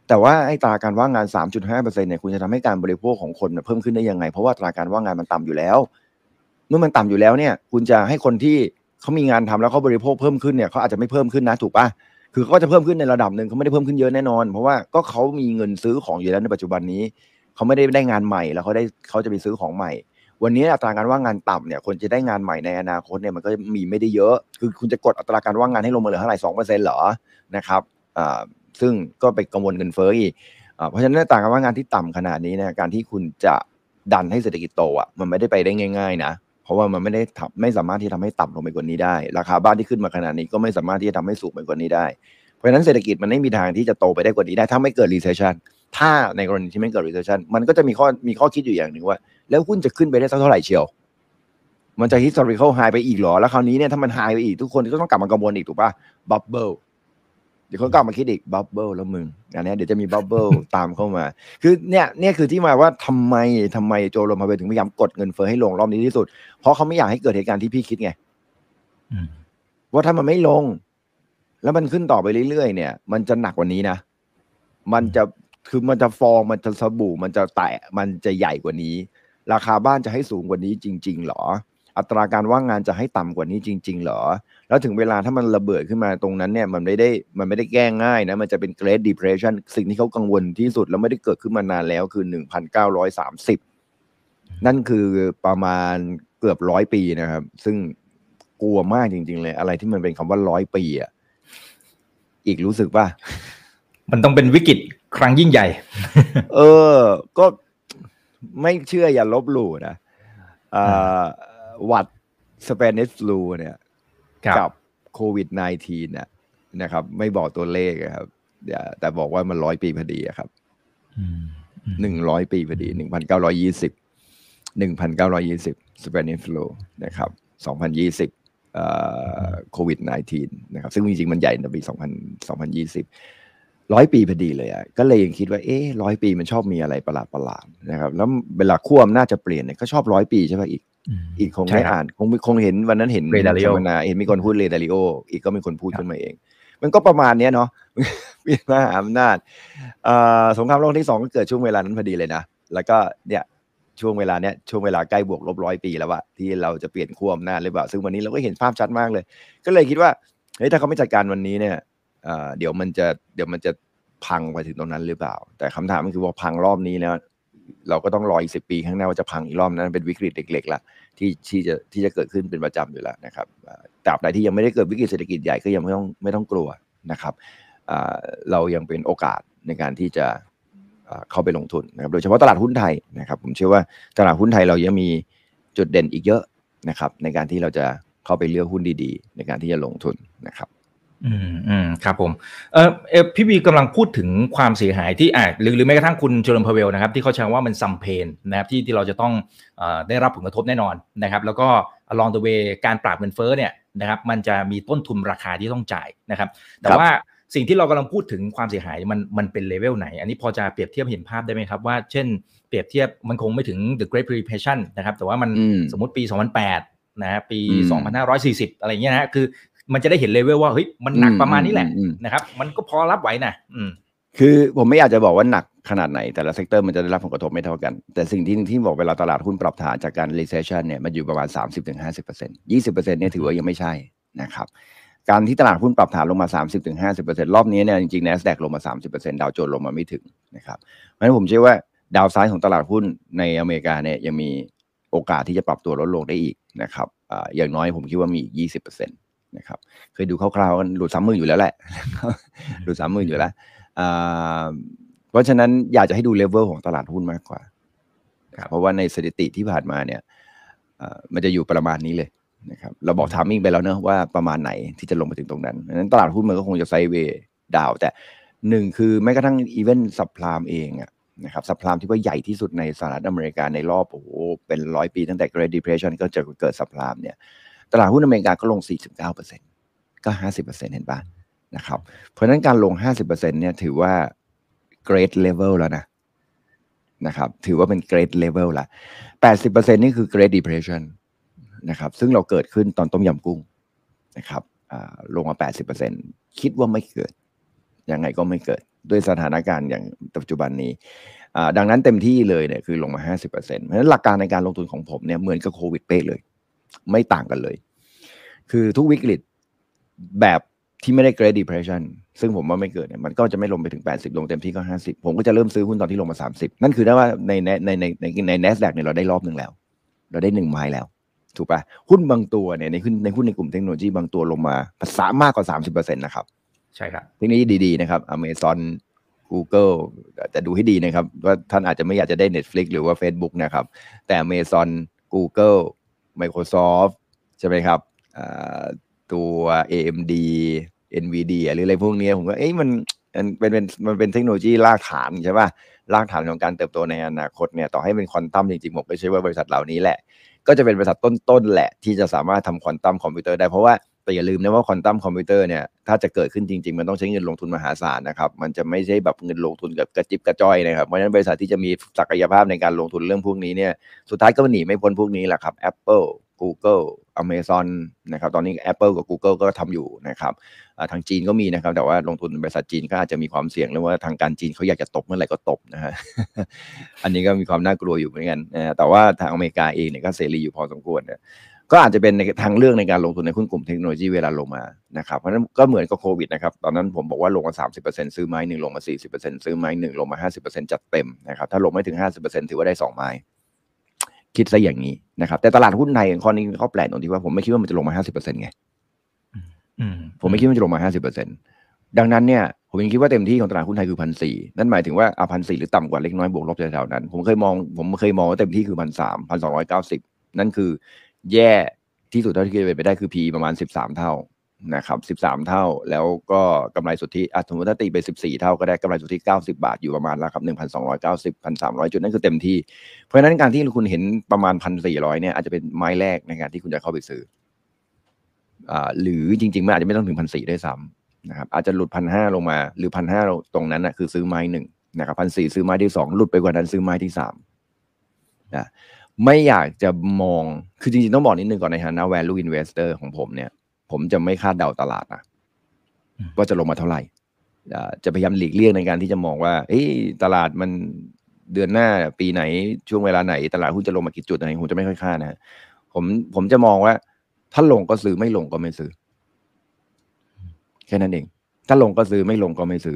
แต่ว่าไอ้อัตราการว่างงาน 3.5% เนี่ยคุณจะทำให้การบริโภคของคนเพิ่มขึ้นได้ยังไงเพราะว่าอัตราการว่างงานมันต่ำอยู่แล้วเมื่อมันต่ำอยู่แล้วเนี่ยคุณจะให้คนที่เขามีงานทำแล้วเขาบริโภคเพิ่มขึ้นเนี่ยเขาอาจจะไม่เพิ่มขึ้นนะถูกป่ะคือเขาก็จะเพิ่มขึ้นในระดับหนึ่งเขาไม่ได้เพิ่มขึ้นเยอะแน่นอนเพราะว่าก็เขามีเงินซื้อของอยู่แล้วในปัจจุบันนี้เขาไม่ได้งานใหม่แล้วเขาจะไปซื้อของใหม่วันนี้อัตราการว่างงานต่ำเนี่ยคนจะได้งานใหม่ในอนาคตเนี่ยมันก็มีไม่ได้เยอะคือคุณจะกดอัตราการว่างงานให้ลงมาเหลือเท่าไหร่ 2% เหรอนะครับซึ่งก็ไปกังวลเงินเฟ้ออีกเพราะฉะนั้นอัตราการว่างงานที่ต่ำขนาดนี้เนี่ยการที่คุณจะดันให้เศรษฐกิจโตอ่ะมันไม่ได้ไปได้ง่ายๆนะเพราะว่ามันไม่สามารถที่จะทำให้ต่ำลงไปกว่านี้ได้ราคาบ้านที่ขึ้นมาขนาดนี้ก็ไม่สามารถที่จะทำให้สูงไปกว่านี้ได้เพราะฉะนั้นเศรษฐกิจมันไม่มีทางที่จะโตไปได้กว่านี้ได้ถ้าไม่เกิด recession ถ้าในกรณีที่ไม่เกิด recession มันก็จะมีข้อคิดอยู่อย่างหนึ่งว่าแล้วหุ้นจะขึ้นไปได้เท่าไหร่เชียวมันจะ historical high ไปอีกหรอแล้วคราวนี้เนี่ยถ้ามัน high ไปอีกทุกคนก็ต้องกลับมากังวลอีกถูกป่ะ bubble เดี๋ยวเขากลับมาคิดอีก bubble แล้วมึงอันนี้เดี๋ยวจะมี bubble ตามเข้ามาคือเนี่ยคือที่มาว่าทำไมโจโรมพาเวลถึงพยายามกดเงินเฟ้อให้ลงรอบนี้ที่สุดเพราะเขาไม่อยากให้เกิดเหตุการณ์ที่พี่คิดไงว่าถ้ามันไม่ลงแล้วมันขึ้นต่อไปเรื่อยๆเนี่ยมันจะหนักกว่านี้นะมันจะฟองมันจะสบู่มันจะแตะมันจะใหญ่กว่านี้ราคาบ้านจะให้สูงกว่านี้จริงๆหรออัตราการว่างงานจะให้ต่ำกว่านี้จริงๆหรอแล้วถึงเวลาถ้ามันระเบิดขึ้นมาตรงนั้นเนี่ยมันไม่ได้แก้ง่ายนะมันจะเป็น Great Depression สิ่งที่เขากังวลที่สุดแล้วไม่ได้เกิดขึ้นมานานแล้วคือ 1930 นั่นคือประมาณเกือบ100 ปีนะครับซึ่งกลัวมากจริงๆเลยอะไรที่มันเป็นคำว่า100 ปีอ่ะอีกรู้สึกป่ะมันต้องเป็นวิกฤตครั้งยิ่งใหญ่ก็ไม่เชื่ออย่าลบหลู่นะหวัดสเปนิชฟลูเนี่ยกับโควิด -19 นะครับไม่บอกตัวเลขครับแต่บอกว่ามัน100 ปีพอดีครับ100 ปีพอดี1920 สเปนิชฟลูนะครับ2020โควิด -19 นะครับซึ่งจริงๆมันใหญ่ในปี2020 100 ปีพอดีเลยอ่ะก็เลยยังคิดว่า100 ปีมันชอบมีอะไรประหลาดนะครับแล้วเวลาขั้วอำนาจจะเปลี่ยนเนี่ยก็ชอบ100 ปีใช่ป่ะอีกคงได้อ่านคงเห็นวันนั้นเห็นสัมมนาเห็นมีคนพูดเรดาริโออีกก็มีคนพูดขึ้นมาเองมันก็ประมาณนี้เนาะเปลี่ยนมหาอำนาจสงครามโลกที่2ก็เกิดช่วงเวลานั้นพอดีเลยนะแล้วก็เนี่ยช่วงเวลาใกล้บวกลบ100 ปีแล้วอะที่เราจะเปลี่ยนขั้วอำนาจหรือเปล่าซึ่งวันนี้เราก็เห็นภาพชัดมากเลยก็เลยคิดว่าเฮ้ยถ้าเขาไม่จัดการวันนี้เนี่ยเดี๋ยวมันจะพังไปถึงตรงนั้นหรือเปล่าแต่คำถามก็คือว่าพังรอบนี้แล้วเราก็ต้องรออีก10 ปีข้างหน้าว่าจะพังอีกรอบนั้นเป็นวิกฤตเล็กๆละที่จะเกิดขึ้นเป็นประจำอยู่แล้วนะครับตราบใดที่ยังไม่ได้เกิดวิกฤตเศรษฐกิจใหญ่ก็ยังไม่ต้องกลัวนะครับเรายังเป็นโอกาสในการที่จะเข้าไปลงทุนนะครับโดยเฉพาะตลาดหุ้นไทยนะครับผมเชื่อว่าตลาดหุ้นไทยเรายังมีจุดเด่นอีกเยอะนะครับในการที่เราจะเข้าไปเลือกหุ้นดีๆในการที่จะลงทุนนะครับครับผมพี่วีกำลังพูดถึงความเสียหายที่หรือแม้กระทั่งคุณเจอร์มพาเวลนะครับที่เขาใช้ว่ามันซัมเพนนะครับที่เราจะต้องได้รับผลกระทบแน่นอนนะครับแล้วก็ along the way การปราบเงินเฟ้อเนี่ยนะครับมันจะมีต้นทุนราคาที่ต้องจ่ายนะครับแต่ว่าสิ่งที่เรากำลังพูดถึงความเสียหายมันเป็นเลเวลไหนอันนี้พอจะเปรียบเทียบเห็นภาพได้ไหมครับว่าเช่นเปรียบเทียบมันคงไม่ถึง The Great Depression นะครับแต่ว่ามันสมมติปี2008นะฮะปี2540อะไรเงี้ยนะคือมันจะได้เห็นเลเวลว่าเฮ้ยมันหนักประมาณนี้แหละนะครับมันก็พอรับไหวนะคือผมไม่อยากจะบอกว่าหนักขนาดไหนแต่ละเซกเตอร์มันจะได้รับผลกระทบไม่เท่ากันแต่สิ่งที่บอกเวลาตลาดหุ้นปรับฐานจากการ recession เนี่ยมันอยู่ประมาณ 30-50% 20% เนี่ยถือว่ายังไม่ใช่นะครับการที่ตลาดหุ้นปรับฐานลงมา 30-50% รอบนี้เนี่ยจริงๆ NASDAQ ลงมา 30% ดาวโจนส์ลงมาไม่ถึงนะครับเพราะฉะนั้นผมเชื่อว่าดาวไซด์ของตลาดหุ้นในอเมริกาเนี่ยยังมีโอกาสที่จะปรับตัวลดลงได้อีกนะครับอย่างน้อยผมคิดว่ามี 20% นะครับเคยดูคร่าวๆหลุด 30,000 อยู่แล้วแหละหลุด 30,000 อยู่แล้วเพราะฉะนั้นอยากจะให้ดูเลเวลของตลาดหุ้นมากกว่าเพราะว่าในสถิติที่ผ่านมาเนี่ยมันจะอยู่ประมาณนี้เลยนะครับเราบอกไทมิ่งไปแล้วเนอะว่าประมาณไหนที่จะลงไปถึงตรงนั้นดังนั้นตลาดหุ้นมันก็คงจะไซด์เวย์ดาวแต่หนึ่งคือแม้กระทั่งอีเวนต์ซับไพรม์เองนะครับซับไพรม์ที่ว่าใหญ่ที่สุดในสหรัฐอเมริกาในรอบเป็น100 ปีตั้งแต่ Great Depression ก็จะเกิดซับไพรม์เนี่ยตลาดหุ้นอเมริกาก็ลง 49% ก็ 50% เห็นป่ะนะครับเพราะฉะนั้นการลง 50% เนี่ยถือว่า great level แล้วนะครับถือว่าเป็น great level ละ 80% นี่คือ Great Depression นะครับซึ่งเราเกิดขึ้นตอนต้มยำกุ้งนะครับลงมา 80% คิดว่าไม่เกิดยังไงก็ไม่เกิดด้วยสถานการณ์อย่างปัจจุบันนี้ดังนั้นเต็มที่เลยเนี่ยคือลงมา 50% เพราะฉะนั้นหลักการในการลงทุนของผมเนี่ยเหมือนกับโควิดเป๊ะเลยไม่ต่างกันเลยคือทุกวิกฤตแบบที่ไม่ได้ Great Depression ซึ่งผมว่าไม่เกิดเนี่ยมันก็จะไม่ลงไปถึง80ลงเต็มที่ก็50ผมก็จะเริ่มซื้อหุ้นตอนที่ลงมา30นั่นคือได้ว่าใน NASDAQ เนี่ยเราได้รอบนึงแล้วเราได้1ไม้แล้วถูกป่ะหุ้นบางตัวเนี่ยในหุ้นในกลุ่มเทคโนโลยีบางตัวลงมาภาษามากกว่า 30% นะครับใช่ครับเทคโนโลยีดีๆนะครับ Amazon Google แต่ดูให้ดีนะครับว่าท่านอาจจะไม่อยากจะได้ Netflix หรือว่า Facebook นะครับแต่ Amazon Google Microsoft ใช่ไหมครับตัว AMD NVIDIA หรืออะไรพวกนี้ผมก็มันเป็นเทคโนโลยีรากฐานใช่ป่ะรากฐานของการเติบโตในอนาคตเนี่ยต่อให้เป็นควอนตัมจริงๆผมก็เชื่อว่าบริษัทเหล่านี้แหละก็จะเป็นบริษัทต้นๆแหละที่จะสามารถทำควอนตัมคอมพิวเตอร์ได้เพราะว่าแต่อย่าลืมนะว่าควอนตัมคอมพิวเตอร์เนี่ยถ้าจะเกิดขึ้นจริงๆมันต้องใช้เงินลงทุนมหาศาลนะครับมันจะไม่ใช่แบบเงินลงทุนกับกระจิบกระจ้อยนะครับเพราะฉะนั้นบริษัทที่จะมีศักยภาพในการลงทุนเรื่องพวกนี้เนี่ยสุดท้ายก็หนีไม่พ้นพวกนี้แหละครับ Apple Google Amazon นะครับตอนนี้ Apple กับ Google ก็ทำอยู่นะครับทางจีนก็มีนะครับแต่ว่าลงทุนบริษัทจีนก็อาจจะมีความเสี่ยงเรื่องว่าทางการจีนเขาอยากจะตบเมื่อไหร่ก็ตบนะฮะ อันนี้ก็มีความน่ากลัวอยู่เหมือนกันแต่ว่าทางอเมริกาเองเนี่ยก็เสรีอยู่พอสมควรนะก็อาจจะเป็นในทางเลือกในการลงทุนในหุ้นกลุ่มเทคโนโลยีเวลาลงมานะครับเพราะฉะนั้นก็เหมือนกับโควิดนะครับตอนนั้นผมบอกว่าลงมา 30% ซื้อไม้1ลงมา 40% ซื้อไม้1ลงมา 50% จัดเต็มนะครับถ้าลงไม่ถึง 50% ถือว่าได้2ไม้คิดซะอย่างนี้นะครับแต่ตลาดหุ้นไทยข้อนี้เขาแปลกตรงที่ว่าผมไม่คิดว่ามันจะลงมา 50% ไงผมไม่คิดว่ามันจะลงมา 50% ดังนั้นเนี่ยผมยังคิดว่าเต็มที่ของตลาดหุ้นไทยคือ 1,400 นั่นหมายถึงว่า1,400 หรือต่ำกว่าเล็กน้อยบวกลบแถวๆนั้นผมเคยมองว่าเต็มที่คือ 1,300 1,290 นั่นคือแย่ที่สุดเท่าที่จะเป็นไปได้คือ PE ประมาณ13เท่านะครับ13เท่าแล้วก็กำไรสุทธิสมมติถ้าตีไป14เท่าก็ได้กำไรสุทธิ90บาทอยู่ประมาณแล้วครับ 1,290 1,300 จุดนั่นคือเต็มที่เพราะฉะนั้นการที่คุณเห็นประมาณ 1,400 เนี่ยอาจจะเป็นไม้แรกในการที่คุณจะเข้าไปซื้อหรือจริงๆมันอาจจะไม่ต้องถึง 1,400 ด้วยซ้ำนะครับอาจจะหลุด 1,500 ลงมาหรือ 1,500 ตรงนั้นนะคือซื้อไม้1นะครับ 1,400 ซื้อไม้ที่2หลุดไปกว่านั้นซื้อไม้ที่3นะไม่อยากจะมองคือจริงๆต้องบอกนิดนึงก่อนในฐานะ value investor ของผมเนี่ยผมจะไม่คาดเดาตลาดนะว่าจะลงมาเท่าไหร่จะพยายามหลีกเลี่ยงในการที่จะมองว่าตลาดมันเดือนหน้าปีไหนช่วงเวลาไหนตลาดหุ้นจะลงมากี่จุดอะไรผมจะไม่ค่อยคาดนะผมจะมองว่าถ้าลงก็ซื้อไม่ลงก็ไม่ซื้อแค่นั้นเองถ้าลงก็ซื้อไม่ลงก็ไม่ซื้อ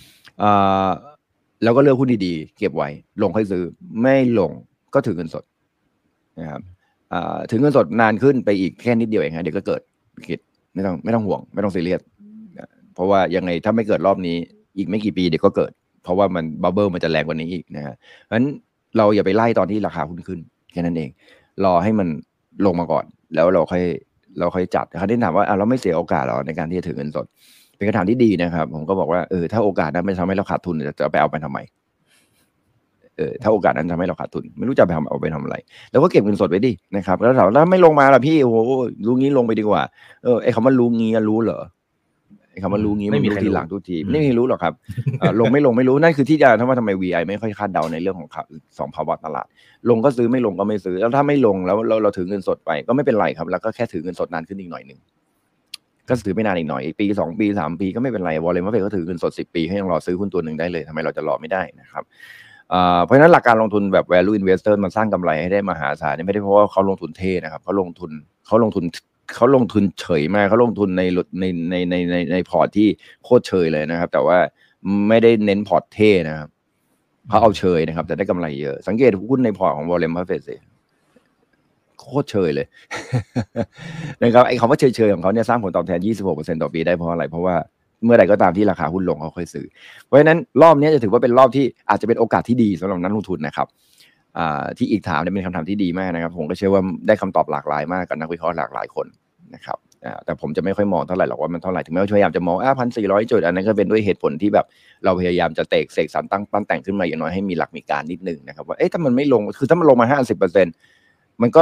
แล้วก็เลือกหุ้นดีๆเก็บไว้ลงค่อยซื้อไม่ลงก็ถือเงินสดนะครับถือเงินสดนานขึ้นไปอีกแค่นิดเดียวเองฮะเดี๋ยวก็เกิดวิกฤตไม่ต้องห่วงไม่ต้องซีเรียสเพราะว่ายังไงถ้าไม่เกิดรอบนี้อีกไม่กี่ปีเดี๋ยวก็เกิดเพราะว่ามันบับเบิ้ลมันจะแรงกว่านี้อีกนะฮะเพราะฉะนั้นเราอย่าไปไล่ตอนที่ราคาหุ้นขึ้นแค่นั้นเองรอให้มันลงมาก่อนแล้วเราค่อยจัดเขาได้ถามว่าเราไม่เสียโอกาสหรอในการที่จะถือเงินสดเป็นคำถามที่ดีนะครับผมก็บอกว่าถ้าโอกาสนั้นไม่ทำให้เราขาดทุนจะไปเอาไปทำไมถ้าโอกาสนั้นทำให้เราขาดทุนไม่รู้จะไปเอาไปทำอะไรแล้วก็เก็บเงินสดไว้ดินะครับแล้วถามแล้วไม่ลงมาล่ะพี่โอ้โหรู้งี้ลงไปดีกว่าไอ้คำว่ารู้งี้รู้เหรอไอ้คำว่ารู้งี้ไม่มีทีหลังทุกทีไม่มีรู้หรอกครับลงไม่รู้นั่นคือที่จะทำไม VI ไม่ค่อยคาดเดาในเรื่องของสองภาวะตลาดลงก็ซื้อไม่ลงก็ไม่ซื้อแล้วถ้าไม่ลงแล้วเราถือเงินสดไปก็ไม่เป็นไรครับแล้วก็แค่ถือเงินสดนานขึ้นอีกหน่อยนึงก็ถือไม่นานอีกหน่อยปี2ปี3ปีก็ไม่เป็นไรวอลเลนบัฟเฟตก็ถือเงินสด10ปีให้ยังรอซื้อหุ้นตัวนึงได้เลยทำไมเราจะรอไม่ได้นะครับเพราะฉะนั้นหลักการลงทุนแบบ value investor มันสร้างกำไรให้ได้มหาศาลไม่ได้เพราะว่าเขาลงทุนเท่นะครับเขาลงทุนเฉยมากเขาลงทุนในพอร์ตที่โคตรเฉยเลยนะครับแต่ว่าไม่ได้เน้นพอร์ตเท่นะครับเขาเอาเฉยนะครับแต่ได้กำไรเยอะสังเกตหุ้นในพอร์ตของวอลเลนบัฟเฟตสิโคตรเฉยเลย นะครับไอ้คำว่าเฉยๆของเขาเนี่ยสร้างผลตอบแทน 26% ต่อปีได้เพราะอะไรเพราะว่าเมื่อใดก็ตามที่ราคาหุ้นลงเขาค่อยซื้อเพราะฉะนั้นรอบนี้จะถือว่าเป็นรอบที่อาจจะเป็นโอกาสที่ดีสำหรับนักลงทุนนะครับที่อีกถามเนี่ยเป็นคำถามที่ดีมากนะครับผมก็เชื่อว่าได้คำตอบหลากหลายมากกับนักวิเคราะห์หลากหลายคนนะครับแต่ผมจะไม่ค่อยมองเท่าไหร่หรอกว่ามันเท่าไหร่ถึงแม้ว่าพยายามจะมอง1,400 จุดอันนั้นก็เป็นด้วยเหตุผลที่แบบเราพยายามจะเสกสรรตั้งปั้นแต่งขึ้นมาอย่างน้อยให้มีหลักมีการนิดนึงนะครับว่าถ้ามันไม่ลงคือถ้ามันลงมา 50%มันก็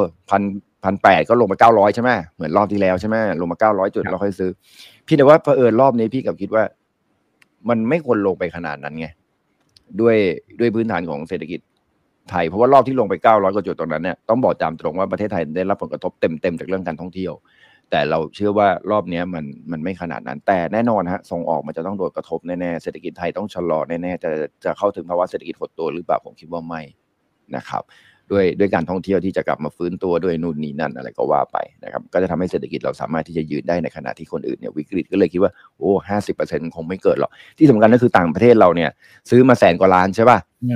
1,800ก็ลงมา900ใช่ไหมเหมือนรอบที่แล้วใช่ไหมลงมา900 จุดเราค่อยซื้อพี่แต่ว่าเผอิญรอบนี้พี่กับคิดว่ามันไม่ควรลงไปขนาดนั้นไงด้วยพื้นฐานของเศรษฐกิจไทยเพราะว่ารอบที่ลงไป900 กว่าจุดตรงนั้นเนี่ยต้องบอกตามตรงว่าประเทศไทยได้รับผลกระทบเต็มจากเรื่องการท่องเที่ยวแต่เราเชื่อว่ารอบนี้มันไม่ขนาดนั้นแต่แน่นอนฮะส่งออกมันจะต้องโดนกระทบแน่ๆเศรษฐกิจไทยต้องชะลอแน่ๆจะเข้าถึงภาวะเศรษฐกิจหดตัวหรือเปล่าผมคิดว่าไม่นะครับด้วยการท่องเที่ยวที่จะกลับมาฟื้นตัวด้วยนู่นนี่นั่นอะไรก็ว่าไปนะครับก็จะทำให้เศรษฐกิจเราสามารถที่จะยืนได้ในขณะที่คนอื่นเนี่ยวิกฤตก็เลยคิดว่าโอ้ 50% คงไม่เกิดหรอกที่สำคัญก็คือต่างประเทศเราเนี่ยซื้อมา100,000 กว่าล้านใช่ป่ะ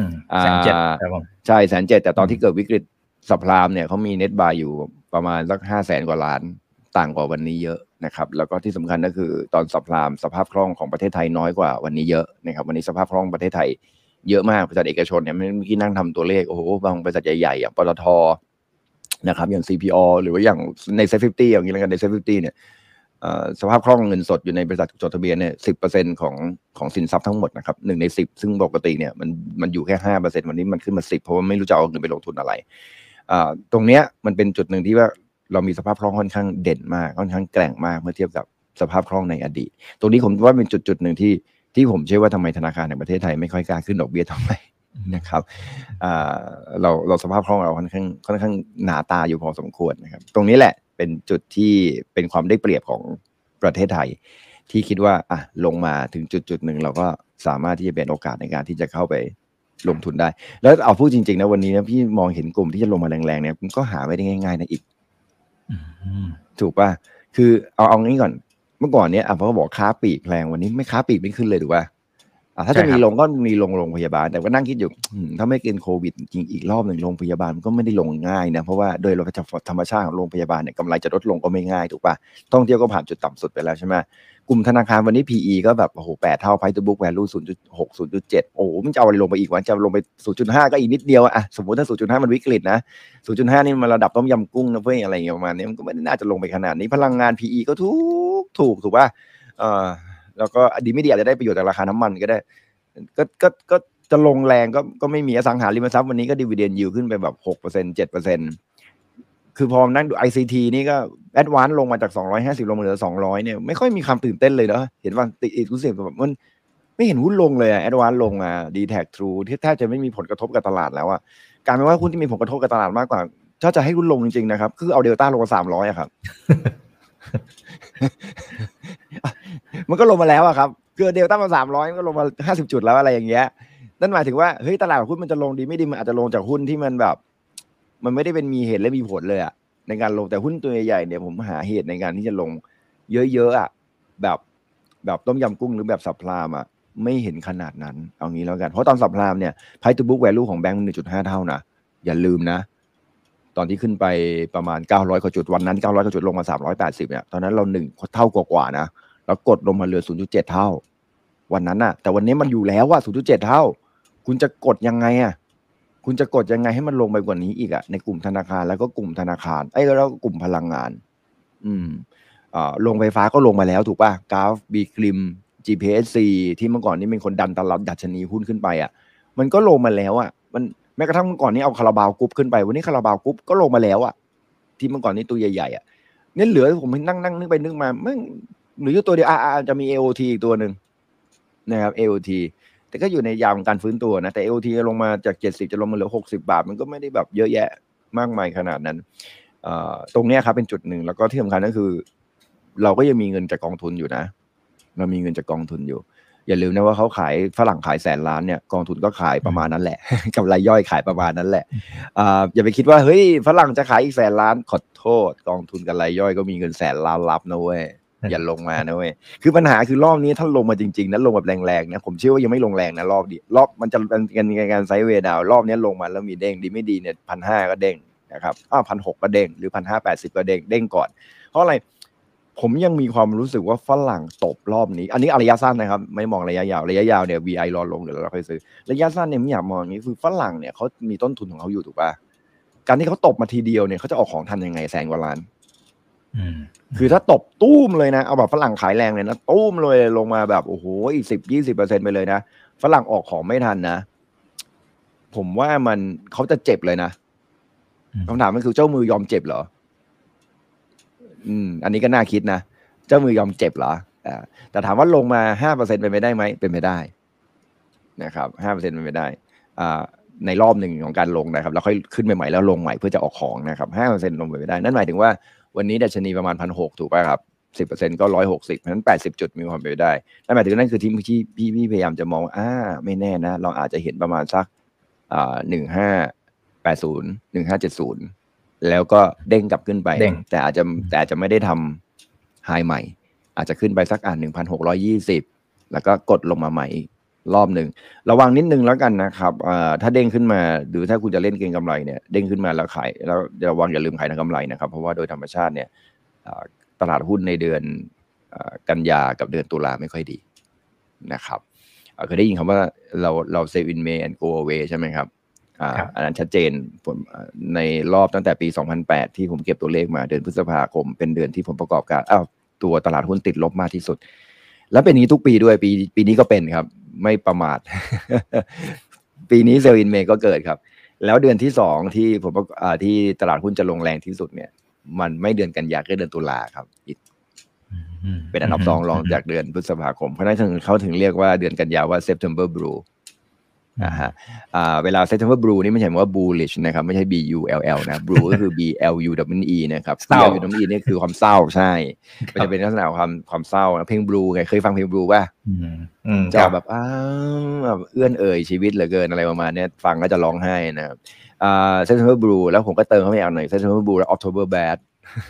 170,000ครับผมใช่170,000แต่ตอนที่เกิดวิกฤตซับพลามเนี่ยเขามีเน็ตบายอยู่ประมาณสัก500,000 กว่าล้านต่างกว่าวันนี้เยอะนะครับแล้วก็ที่สำคัญก็คือตอนซับพลามสภาพคล่องของประเทศไทยน้อยกว่าวันนี้เยอะนะครับวันนี้สภาพคล่องประเทศไทยเยอะมากบริษัทเอกชนเนี่ยเมื่อกี้นั่งทำตัวเลขโอ้โหบางบริษัทใหญ่ๆอย่างปตท.นะครับอย่าง CPO หรือว่าอย่างใน Set50 อย่างนี้แล้วกันใน Set50 เนี่ยสภาพคล่องเงินสดอยู่ในบริษัทจดทะเบียนเนี่ย 10% ของสินทรัพย์ทั้งหมดนะครับ1 ใน 10ซึ่งปกติเนี่ยมันอยู่แค่ 5% วันนี้มันขึ้นมา10เพราะว่าไม่รู้จะเอาเงินไปลงทุนอะไรตรงเนี้ยมันเป็นจุดหนึ่งที่ว่าเรามีสภาพคล่องค่อนข้างเด่นมากค่อนข้างแกร่งมากเมื่อเทียบกับสภาพคล่องในอดีตตรงนี้ผมว่าเป็นจุดหนึ่งที่ผมเชื่อว่าทำไมธนาคารแห่งประเทศไทยไม่ค่อยกล้าขึ้นดอกเบี้ยเท่าไหร่นะครับเราสภาพคล่องเราค่อนข้างหนาตาอยู่พอสมควรนะครับตรงนี้แหละเป็นจุดที่เป็นความได้เปรียบของประเทศไทยที่คิดว่าลงมาถึงจุดหนึ่งเราก็สามารถที่จะเป็นโอกาสในการที่จะเข้าไปลงทุนได้แล้วเอาพูดจริงๆนะวันนี้นะพี่มองเห็นกลุ่มที่จะลงมาแรงๆเนี่ยก็หาไม่ได้ง่ายๆนะอีกถูกป่ะคือเอางี้ก่อนเมื่อก่อนเนี้ยเพราะเขาบอกค้าปลีกแพงวันนี้ไม่ค้าปลีกไม่ขึ้นเลยถูกป่ะถ้าจะมีลงก็มีลงโรงพยาบาลแต่ก็นั่งคิดอยู่ถ้าไม่เกินโควิดจริงอีกรอบหนึ่งโรงพยาบาลมันก็ไม่ได้ลงง่ายนะเพราะว่าโดยธรรมชาติของโรงพยาบาลเนี่ยกำไรจะลดลงก็ไม่ง่ายถูกป่ะท่องเที่ยวก็ผ่านจุดต่ำสุดไปแล้วใช่ไหมกลุ่มธนาคารวันนี้ PE ก็แบบโอ้โห8 เท่า Price to Book Value 0.6 0.7 โอ้โหมันจะเอาอะไรลงไปอีกวะจะลงไป 0.5 ก็อีกนิดเดียวสมมุติถ้า 0.5 มันวิกฤตนะ 0.5 นี่มันระดับต้มยำกุ้งนะเว้ยอะไรอย่างเงี้ยประมาณนี้มันก็ไม่น่าจะลงไปขนาดนี้พลังงาน PE ก็ถูกป่ะแล้วก็ดีไม่ดีอาจจะได้ประโยชน์จากราคาน้ำมันก็ได้ก็จะลงแรงก็ไม่มีอสังหาริมทรัพย์วันนี้ก็ดิวิเดนด์ยิลด์ขึ้นไปแบบ 6% 7%คือพอนั่งดู ICT นี่ก็แอดวานซ์ลงมาจาก250ลงมาเหลือ200เนี่ยไม่ค่อยมีความตื่นเต้นเลยเนาะเห็นว่าติดรู้สึกแบบมันไม่เห็นหุ้นลงเลยแอดวานซ์ลงมา D-Tag True ที่แทบจะไม่มีผลกระทบกับตลาดแล้วกลายเป็นว่าหุ้นที่มีผลกระทบกับตลาดมากกว่าถ้าจะให้หุ้นลงจริงๆนะครับคือเอาเดลต้าลงมา300ครับ มันก็ลงมาแล้วครับคือเดลต้ามา300มันก็ลงมา50จุดแล้วอะไรอย่างเงี้ยนั่นหมายถึงว่าเฮ้ยตลาดหุ้นมันจะลงดีไม่ดีมันอาจจะลงจากหุ้นที่มันแบบมันไม่ได้เป็นมีเหตุและมีผลเลยในการลงแต่หุ้นตัวใหญ่ๆเนี่ยผมหาเหตุในการที่จะลงเยอะๆแบบต้มยำกุ้งหรือแบบซับพลามไม่เห็นขนาดนั้นเอางี้แล้วกันเพราะตอนซับพลามเนี่ย Price to Book Value ของแบงก์ 1.5 เท่านะอย่าลืมนะตอนที่ขึ้นไปประมาณ900กว่าจุดวันนั้น900กว่าจุดลงมา380เนี่ยตอนนั้นเรา1เท่ากว่าๆนะแล้วกดลงมาเหลือ 0.7 เท่าวันนั้นแต่วันนี้มันอยู่แล้ว0.7 เท่าคุณจะกดยังไงคุณจะกดยังไงให้มันลงไปกว่านี้อีกในกลุ่มธนาคารแล้วก็กลุ่มธนาคารแล้วก็กลุ่มพลังงานโรงไฟฟ้าก็ลงมาแล้วถูกป่ะกราฟบีกริม GPSC ที่เมื่อก่อนนี้เป็นคนดันตลาดดัชนีหุ้นขึ้นไปมันก็ลงมาแล้วมันแม้กระทั่งเมื่อก่อนนี้เอาคาราบาวกรุ๊ปขึ้นไปวันนี้คาราบาวกรุ๊ปก็ลงมาแล้วที่เมื่อก่อนนี้ตัวใหญ่ๆเนี่ยเหลือผมนั่งนึกไปนึกมาหรือตัวเดียวจะมี AOT อีกตัวหนึ่งนะครับ AOT แต่ก็อยู่ในยามการฟื้นตัวนะแต่ AOT ลงมาจาก70จะลงมาเหลือ60 บาทมันก็ไม่ได้แบบเยอะแยะมากมายขนาดนั้นตรงนี้ครับเป็นจุดหนึ่งแล้วก็ที่สำคัญก็คือเราก็ยังมีเงินจากกองทุนอยู่นะเรามีเงินจากกองทุนอยู่อย่าลืมนะว่าเขาขายฝรั่งขาย100,000 ล้านเนี่ยกองทุนก็ขายประมาณนั้นแหละกำไรย่อยขายประมาณนั้นแหละอย่าไปคิดว่าเฮ้ยฝรั่งจะขายอีก100,000 ล้านขอโทษกองทุนกำไรย่อยก็มีเงิน100,000 ล้านรับนะเว้ยอย่าลงมานะเว้ยคือปัญหาคือรอบนี้ถ้าลงมาจริงๆนะลงแบบแรงๆนะผมเชื่อว่ายังไม่ลงแรงนะรอบมันจะเป็นการไซด์เวย์ดาวรอบนี้ลงมาแล้วมีเด้งดีไม่ดีเนี่ย 1,500 ก็เด้งนะครับ1,600 ก็เด้งหรือ 1,580 ก็เด้งก่อนเพราะอะไรผมยังมีความรู้สึกว่าฝรั่งตบรอบนี้อันนี้ระยะสั้นนะครับไม่มองระยะยาวเนี่ย VI รอลงเดี๋ยวเราค่อยซื้อระยะสั้นเนี่ยไม่อยากมองอย่างนี้คือฝรั่งเนี่ยเขามีต้นทุนของเขาอยู่ถูกป่ะการที่เขาตบมาทีเดียวเนี่ยเขาจะออกของทันยังไง100,000 กว่าล้านคือถ้าตบตุ้มเลยนะเอาแบบฝรั่งขายแรงเลยนะตุ้มเลยลงมาแบบโอ้โหอีก10-20% ไปเลยนะฝรั่งออกของไม่ทันนะผมว่าเขาจะเจ็บเลยนะคำถามมันคือเจ้ามือยอมเจ็บเหรออันนี้ก็น่าคิดนะเจ้ามือยอมเจ็บเหรอแต่ถามว่าลงมา 5% เป็นไปได้ไหมเป็นไปได้นะครับ 5% เป็นไปได้ในรอบหนึ่งของการลงนะครับแล้วค่อยขึ้นใหม่ๆแล้วลงใหม่เพื่อจะออกของนะครับ 5% ลงไปได้นั่นหมายถึงว่าวันนี้ดัชนีประมาณ 1,600 ถูกป่ะครับ 10% ก็160เพราะฉะนั้น80จุดมีความเป็นไปได้นั่นหมายถึงนั่นคือที่พี่พยายามจะมองไม่แน่นะเราอาจจะเห็นประมาณสัก1580 1570แล้วก็เด้งกลับขึ้นไปแต่อาจจะไม่ได้ทำไฮใหม่อาจจะขึ้นไปสัก1,620แล้วก็กดลงมาใหม่รอบหนึ่งระวังนิดนึงแล้วกันนะครับถ้าเด้งขึ้นมาหรือถ้าคุณจะเล่นเก็งกำไรเนี่ยเด้งขึ้นมาแล้วขายแล้วระวังอย่าลืมขายทางกำไรนะครับเพราะว่าโดยธรรมชาติเนี่ยตลาดหุ้นในเดือนกันยากับเดือนตุลาไม่ค่อยดีนะครับเคยได้ยินคำว่าเรา sell in May and go away ใช่ไหมครับอันนั้นชัดเจนผมในรอบตั้งแต่ปี 2008 ที่ผมเก็บตัวเลขมาเดือนพฤษภาคมเป็นเดือนที่ผลประกอบการตัวตลาดหุ้นติดลบมากที่สุดแล้วเป็นอย่างนี้ทุกปีด้วยปีนี้ก็เป็นครับไม่ประมาท ปีนี้ sell in May ก็เกิดครับแล้วเดือนที่2ที่ผมที่ตลาดหุ้นจะลงแรงที่สุดเนี่ยมันไม่เดือนกันยายนก็เดือนตุลาครับเป็นอันดับ2รองจากเดือนพฤษภาคมเพราะฉะนั้นเขาถึงเรียกว่าเดือนกันยายนว่า September Blue เวลา September Blue นี่ไม่ใช่ว่า bullish นะครับไม่ใช่ bull นะ blue ก็คือ blue นะครับ blue นี่คือความเศร้าใช่มันจะเป็นลักษณะความเศร้าเพลง blue ไงเคยฟังเพลง blue ป่ะจะแบบเอื้อนเอ่ยชีวิตเหลือเกินอะไรประมาณนี้ฟังก็จะร้องไห้นะครับSeptember Blue แล้วผมก็เติมเข้าไปอีกหน่อย September Blue แล้ว October Bad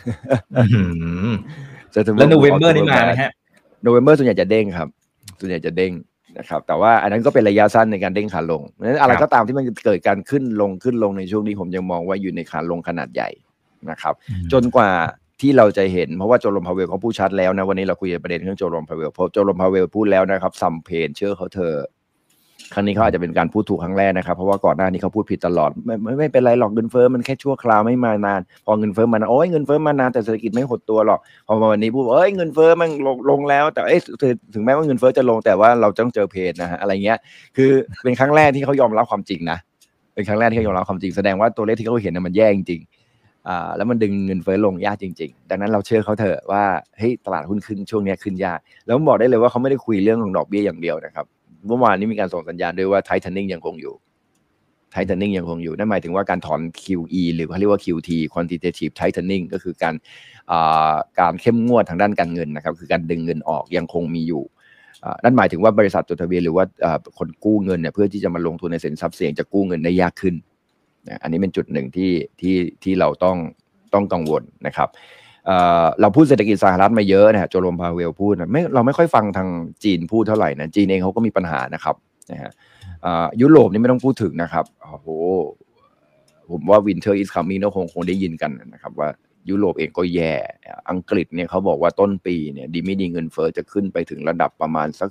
แล้ว November นี่มานะฮะ November ส่วนใหญ่จะเด้งครับส่วนใหญ่จะเด้งนะครับแต่ว่าอันนั้นก็เป็นระยะสั้นในการเด้งขาลงเพราะฉะนั้นอะไรก็ตามที่มันเกิดการขึ้นลงในช่วงนี้ผมยังมองว่าอยู่ในขาลงขนาดใหญ่นะครับจนกว่าที่เราจะเห็นเพราะว่าโจลมพาเวลเขาพูดชัดแล้วนะวันนี้เราคุยประเด็นเรื่องโจลมพาเวลเพราะโจลมพาเวลพูดแล้วนะครับซัมเพนเชื่อเขาเธอครั้งนี้เขาอาจจะเป็นการพูดถูกครั้งแรกนะครับเพราะว่าก่อนหน้านี้เขาพูดผิดตลอดไม่เป็นไรหรอกเงินเฟ้อมันแค่ชั่วคราวไม่มานานพอเงินเฟ้อมาโอ้ยเงินเฟ้อมานานแต่เศรษฐกิจไม่หดตัวหรอกพอวันนี้พูดเงินเฟ้อมันลงแล้วแต่ถึงแม้ว่าเงินเฟ้อจะลงแต่ว่าเราต้องเจอเพนนะฮะอะไรเงี้ยคือเป็นครั้งแรกที่เขายอมรับความจริงนะเป็นครั้งแรกที่เขายอมรับความจริงแสดงว่าตัวเลขที่เขาเห็นมันแย่จริงแล้วมันดึงเงินเฟ้อลงยากจริงๆดังนั้นเราเชื่อเขาเถอะว่าเฮ้ยตลาดหุ้นขึ้นช่วงนี้ขึ้นยากแล้วบอกได้เลยว่าเขาไม่ได้คุยเรื่องของดอกเบี้ยอย่างเดียวนะครับเมื่อวานนี้มีการส่งสัญญาณด้วยว่า tightening ยังคงอยู่ tightening ยังคงอยู่นั่นหมายถึงว่าการถอน QE หรือเขาเรียกว่า QT quantitative tightening ก็คือการเข้มงวดทางด้านการเงินนะครับคือการดึงเงินออกยังคงมีอยู่นั่นหมายถึงว่าบริษัทจดทะเบียนหรือว่าคนกู้เงินเนี่ยเพื่อที่จะมาลงทุนในสินทรัพย์เสี่ยงจะกู้เงินได้ยากขึ้นอันนี้เป็นจุดหนึ่งที่เราต้องกังวลนะครับเราพูดเศรษฐกิจสหรัฐมาเยอะนะฮะโจโรมพาเวลพูดนะเราไม่ค่อยฟังทางจีนพูดเท่าไหร่นะจีนเองเขาก็มีปัญหานะครับนะฮะยุโรปนี่ไม่ต้องพูดถึงนะครับโอ้โหผมว่า Winter is coming ก็คงได้ยินกันนะครับว่ายุโรปเองก็แย่อังกฤษเนี่ยเขาบอกว่าต้นปีเนี่ยดีไม่ดีเงินเฟ้อจะขึ้นไปถึงระดับประมาณสัก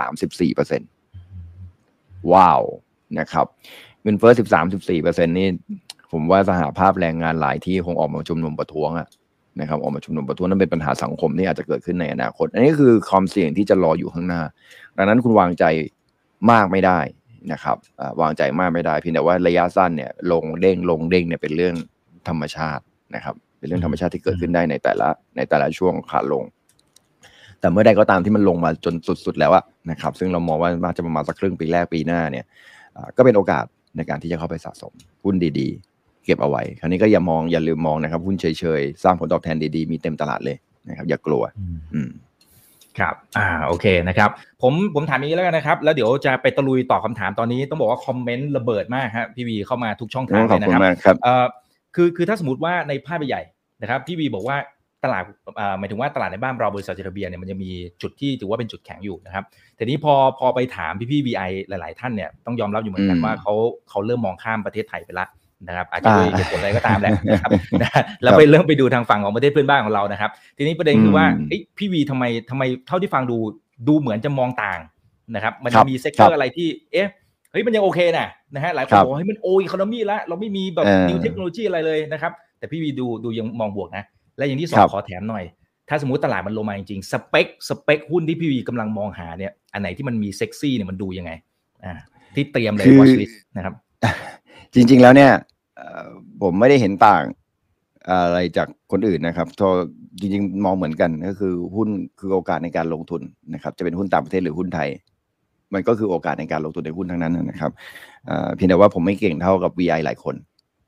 13-14% ว้าวนะครับเงินเฟ้อ 13-14% นี่ผมว่าสหภาพแรงงานหลายที่คงออกมาชุมนุมประท้วงนะครับออกมาชุมนุมประท้วงนั่นเป็นปัญหาสังคมที่อาจจะเกิดขึ้นในอนาคตอันนี้คือความเสี่ยงที่จะรออยู่ข้างหน้าดังนั้นคุณวางใจมากไม่ได้นะครับวางใจมากไม่ได้เพียงแต่ว่าระยะสั้นเนี่ยลงเด้งเนี่ยเป็นเรื่องธรรมชาตินะครับเป็นเรื่องธรรมชาติที่เกิดขึ้นได้ในแต่ละช่วงขาลงแต่เมื่อใดก็ตามที่มันลงมาจนสุดๆแล้วนะครับซึ่งเรามองว่าน่าจะประมาณสักครึ่งปีแรกปีหน้าเนี่ยก็เป็นโอกาสในการที่จะเข้าไปสะสมหุ้นดีๆเก็บเอาไว้คราวนี้ก็อย่าลืมมองนะครับหุ้นเฉยๆสร้างผลตอบแทนดีๆมีเต็มตลาดเลยนะครับอย่ากลัวครับโอเคนะครับผมถามนี้แล้วกันนะครับแล้วเดี๋ยวจะไปตะลุยตอบคำถามตอนนี้ต้องบอกว่าคอมเมนต์ระเบิดมากครับพี่วีเข้ามาทุกช่องทางเลยนะครับคือถ้าสมมติว่าในภาพใหญ่นะครับพี่วีบอกว่าตลาดหมายถึงว่าตลาดในบ้านเราบริษัทจดทะเบียนเนี่ยมันจะมีจุดที่ถือว่าเป็นจุดแข็งอยู่นะครับแต่นี้พอไปถามพี่ VI หลายๆท่านเนี่ยต้องยอมรับอยู่เหมือนกันว่าเขาเริ่มมองข้ามประเทศไทยไปละนะครับอาจจะด้วยเหตุผลอะไรก็ตามแหละนะครับแล้วเริ่มไปดูทางฝั่งของประเทศเพื่อนบ้านของเรานะครับทีนี้ประเด็นคือว่าพี่วีทำไมเท่าที่ฟังดูเหมือนจะมองต่างนะครับมันจะมีเซกเตอร์อะไรที่เฮ้ยมันยังโอเคนะฮะหลายคนบอกให้มันอีโคโนมีละเราไม่มีแบบนิวเทคโนโลยีอะไรเลยนะครับแต่พี่วีดูยังมองบวกนะและอย่างที่2ขอแถมหน่อยถ้าสมมุติตลาดมันลงมาจริงๆสเปคหุ้นที่พี่วีกำลังมองหาเนี่ยอันไหนที่มันมีเซ็กซี่เนี่ยมันดูยังไงที่เตรียมเลย watch list นะครับจริงๆแล้วเนี่ยผมไม่ได้เห็นต่างอะไรจากคนอื่นนะครับจริงๆมองเหมือนกันก็คือหุ้นคือโอกาสในการลงทุนนะครับจะเป็นหุ้นต่างประเทศหรือหุ้นไทยมันก็คือโอกาสในการลงทุนในหุ้นทั้งนั้นนะครับเพียงแต่ว่าผมไม่เก่งเท่ากับ VI หลายคน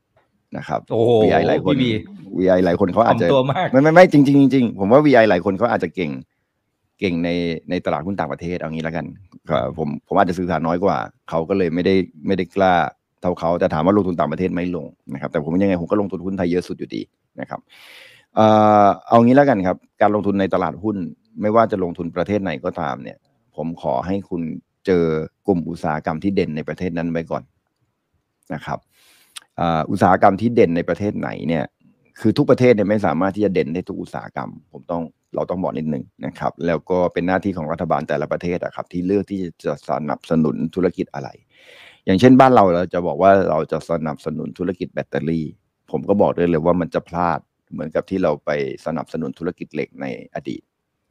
นะครับโอ้โห VI หลายคนพี่ VI หลายคนเขาอาจจะถ่อมตัวมากไม่จริงผมว่า VI หลายคนเขาอาจจะเก่งในตลาดหุ้นต่างประเทศเอางี้แล้วกันผมอาจจะสื่อสารน้อยกว่าเขาก็เลยไม่ได้กล้าเท่าเขาแต่ถามว่าลงทุนต่างประเทศไม่ลงนะครับแต่ผมยังไงผมก็ลงทุนหุ้นไทยเยอะสุดอยู่ดีนะครับเอางี้แล้วกันครับการลงทุนในตลาดหุ้นไม่ว่าจะลงทุนประเทศไหนก็ตามเนี่ยผมขอให้คุณเจอกลุ่มอุตสาหกรรมที่เด่นในประเทศนั้นไว้ก่อนนะครับอุตสาหกรรมที่เด่นในประเทศไหนเนี่ยคือทุกประเทศเนี่ยไม่สามารถที่จะเด่นได้ทุกอุตสาหกรรมเราต้องบอกนิดนึงนะครับแล้วก็เป็นหน้าที่ของรัฐบาลแต่ละประเทศครับที่เลือกที่จะสนับสนุนธุรกิจอะไรอย่างเช่นบ้านเราจะบอกว่าเราจะสนับสนุนธุรกิจแบตเตอรี่ผมก็บอกได้เลยว่ามันจะพลาดเหมือนกับที่เราไปสนับสนุนธุรกิจเหล็กในอดีต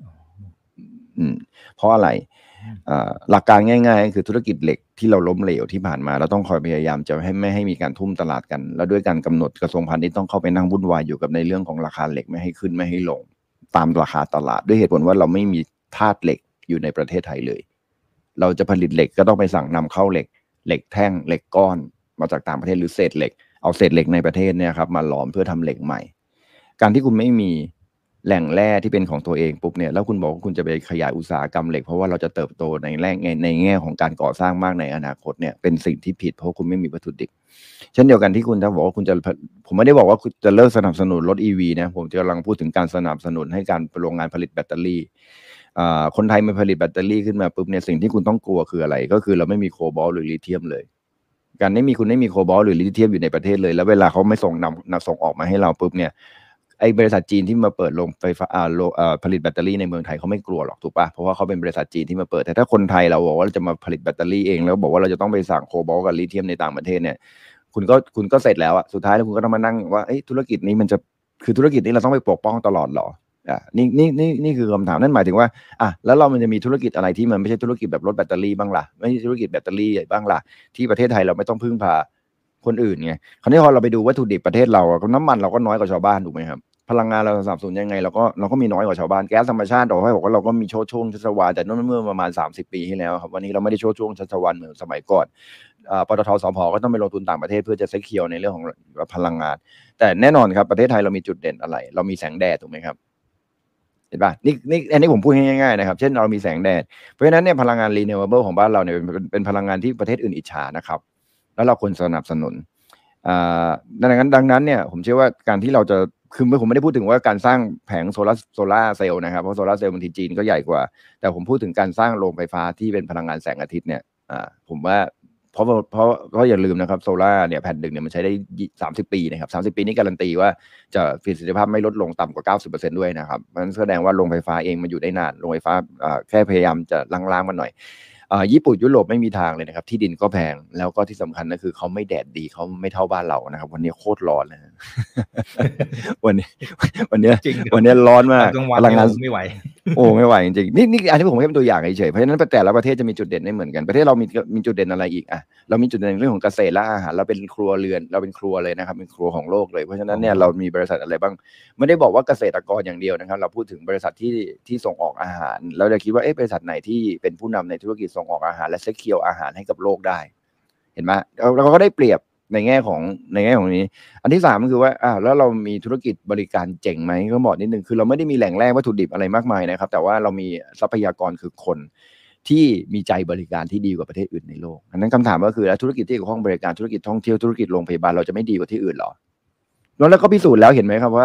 เพราะอะไรหลักการง่ายๆคือธุรกิจเหล็กที่เราล้มเหลวที่ผ่านมาเราต้องคอยพยายามจะไม่ให้มีการทุ่มตลาดกันแล้วด้วยการกำหนดกระทรวงพาณิชย์ต้องเข้าไปนั่งวุ่นวายอยู่กับในเรื่องของราคาเหล็กไม่ให้ขึ้นไม่ให้ลงตามราคาตลาดด้วยเหตุผลว่าเราไม่มีธาตุเหล็กอยู่ในประเทศไทยเลยเราจะผลิตเหล็กก็ต้องไปสั่งนำเข้าเหล็กแท่งเหล็กก้อนมาจากต่างประเทศหรือเศษเหล็กเอาเศษเหล็กในประเทศเนี่ยครับมาหลอมเพื่อทำเหล็กใหม่การที่คุณไม่มีแหล่งแร่ที่เป็นของตัวเองปุ๊บเนี่ยแล้วคุณบอกว่าคุณจะไปขยายอุตสาหกรรมเหล็กเพราะว่าเราจะเติบโตในแง่ของการก่อสร้างมากในอนาคตเนี่ยเป็นสิ่งที่ผิดเพราะคุณไม่มีวัตถุดิบเช่นเดียวกันที่คุณจะบอกว่าคุณจะผมไม่ได้บอกว่าคุณจะเลิกสนับสนุนรถ EV นะผมกำลังพูดถึงการสนับสนุนให้การโรงงานผลิตแบตเตอรี่คนไทยมาผลิตแบตเตอรี่ขึ้นมาปุ๊บเนี่ยสิ่งที่คุณต้องกลัวคืออะไรก็คือเราไม่มีโคบอลต์หรือลิเธียมเลยการคุณไม่มีโคบอลต์หรือลิเธียมอยู่ในประเทศเลยแล้วเวลาเขาไม่ส่งออกมาให้เราปุ๊บเนี่ยไอ้บริษัทจีนที่มาเปิดโรงไฟฟ้าผลิตแบตเตอรี่ในเมืองไทยเขาไม่กลัวหรอกถูกป่ะเพราะว่าเขาเป็นบริษัทจีนที่มาเปิดแต่ถ้าคนไทยเราบอกว่าเราจะมาผลิตแบตเตอรี่เองแล้วบอกว่าเราจะต้องไปสั่งโคบอลต์กับลิเธียมในต่างประเทศเนี่ยคุณก็เสร็จแล้วอะสุดท้ายแล้วคุณก็ต้องมานั่งว่าธุรกิจนี้มันจะคือธุรกิจนี้เราต้องไปปกป้องตลอดหรอนี่คือคำถามนั่นหมายถึงว่าแล้วมันจะมีธุรกิจอะไรที่มันไม่ใช่ธุรกิจแบบรถแบตเตอรี่บ้างล่ะไม่ใช่ธุรกิจแบตเตอรี่บ้างล่ะที่ประเทศไทยเราไม่ต้องพึ่งพาคนอื่นไงคราวนี้พอเราไปดูวัตถุดิบประเทศเราน้ำมันเราก็น้อยกว่าชาวบ้านถูกไหมครับพลังงานเราสนับสนุนยังไงเราก็มีน้อยกว่าชาวบ้านแก๊สธรรมชาติบอกว่าเราก็มีช่วงชัชวาลแต่นั่นเมื่อประมาณ30 ปีที่แล้วครับวันนี้เราไม่ได้ช่วงชัชวาลเหมือนสมัยก่อนปตท.สผ.ก็ต้องไปลงทุนต่างประเทศเพื่อจะเซ็กเคียวในเรื่องของพลังงานแต่แน่นอนครับประเทศไทยเรามีจุดเด่นอะไรเรามีแสงแดดถูกไหมครับเห็นป่ะนี่อันนี้ผมพูดง่ายๆนะครับเช่นเรามีแสงแดดเพราะฉะนั้นเนี่ยพลังงาน renewable ของบ้านเราเนี่ยเป็นพลังงานที่ประเทศอื่นอิจฉานะครับแล้วเราควรสนับสนุนดังนั้นเนี่ยผมเชื่อว่าการที่เราจะคือผมไม่ได้พูดถึงว่าการสร้างแผงโซล่าเซลล์นะครับเพราะโซล่าเซลล์บางทีจีนก็ใหญ่กว่าแต่ผมพูดถึงการสร้างโรงไฟฟ้าที่เป็นพลังงานแสงอาทิตย์เนี่ยผมว่าเพราะอย่าลืมนะครับโซล่าเนี่ยแผ่นหนึ่งเนี่ยมันใช้ได้30 ปีนะครับ30 ปีนี้การันตีว่าจะประสิทธิภาพไม่ลดลงต่ำกว่า 90% ด้วยนะครับมันแสดงว่าโรงไฟฟ้าเองมันอยู่ได้นานโรงไฟฟ้าแค่พยายามจะล้างมันหน่อยญี่ปุ่นยุโรปไม่มีทางเลยนะครับที่ดินก็แพงแล้วก็ที่สำคัญก็คือเขาไม่แดดดีเขาไม่เท่าบ้านเรานะครับวันนี้โคตรร้อนนะวันนี้ร้อนมากพลังงานไม่ไหวโอ้ไม่ไหวจริงๆนี่อันนี้ผมให้เป็นตัวอย่างเฉยๆเพราะฉะนั้นแต่ละประเทศจะมีจุดเด่นไม่เหมือนกันประเทศเรามีจุดเด่นอะไรอีกเรามีจุดเด่นในเรื่องของเกษตรและอาหารเราเป็นครัวเรือนเราเป็นครัวเลยนะครับเป็นครัวของโลกเลยเพราะฉะนั้นเนี่ยเรามีบริษัทอะไรบ้างไม่ได้บอกว่าเกษตรกรอย่างเดียวนะครับเราพูดถึงบริษัทที่ส่งออกอาหารเราจะคิดว่าบริษัทไหนที่เป็นผู้นำในธุรกิจส่งออกอาหารและเซ็กเคียวอาหารให้กับโลกได้เห็นไหมเราก็ได้เปรียบในแง่ของนี้อันที่3ก็คือว่าแล้วเรามีธุรกิจบริการเจ๋งไหมก็บอกนิดนึงคือเราไม่ได้มีแหล่งแร่วัตถุดิบอะไรมากมายนะครับแต่ว่าเรามีทรัพยากรคือคนที่มีใจบริการที่ดีกว่าประเทศอื่นในโลกอันนั้นคำถามก็คือแล้วธุรกิจที่เกี่ยวข้องบริการธุรกิจท่องเที่ยวธุรกิจโรงพยาบาลเราจะไม่ดีกว่าที่อื่นหรอแล้วก็พิสูจน์แล้วเห็นไหมครับว่า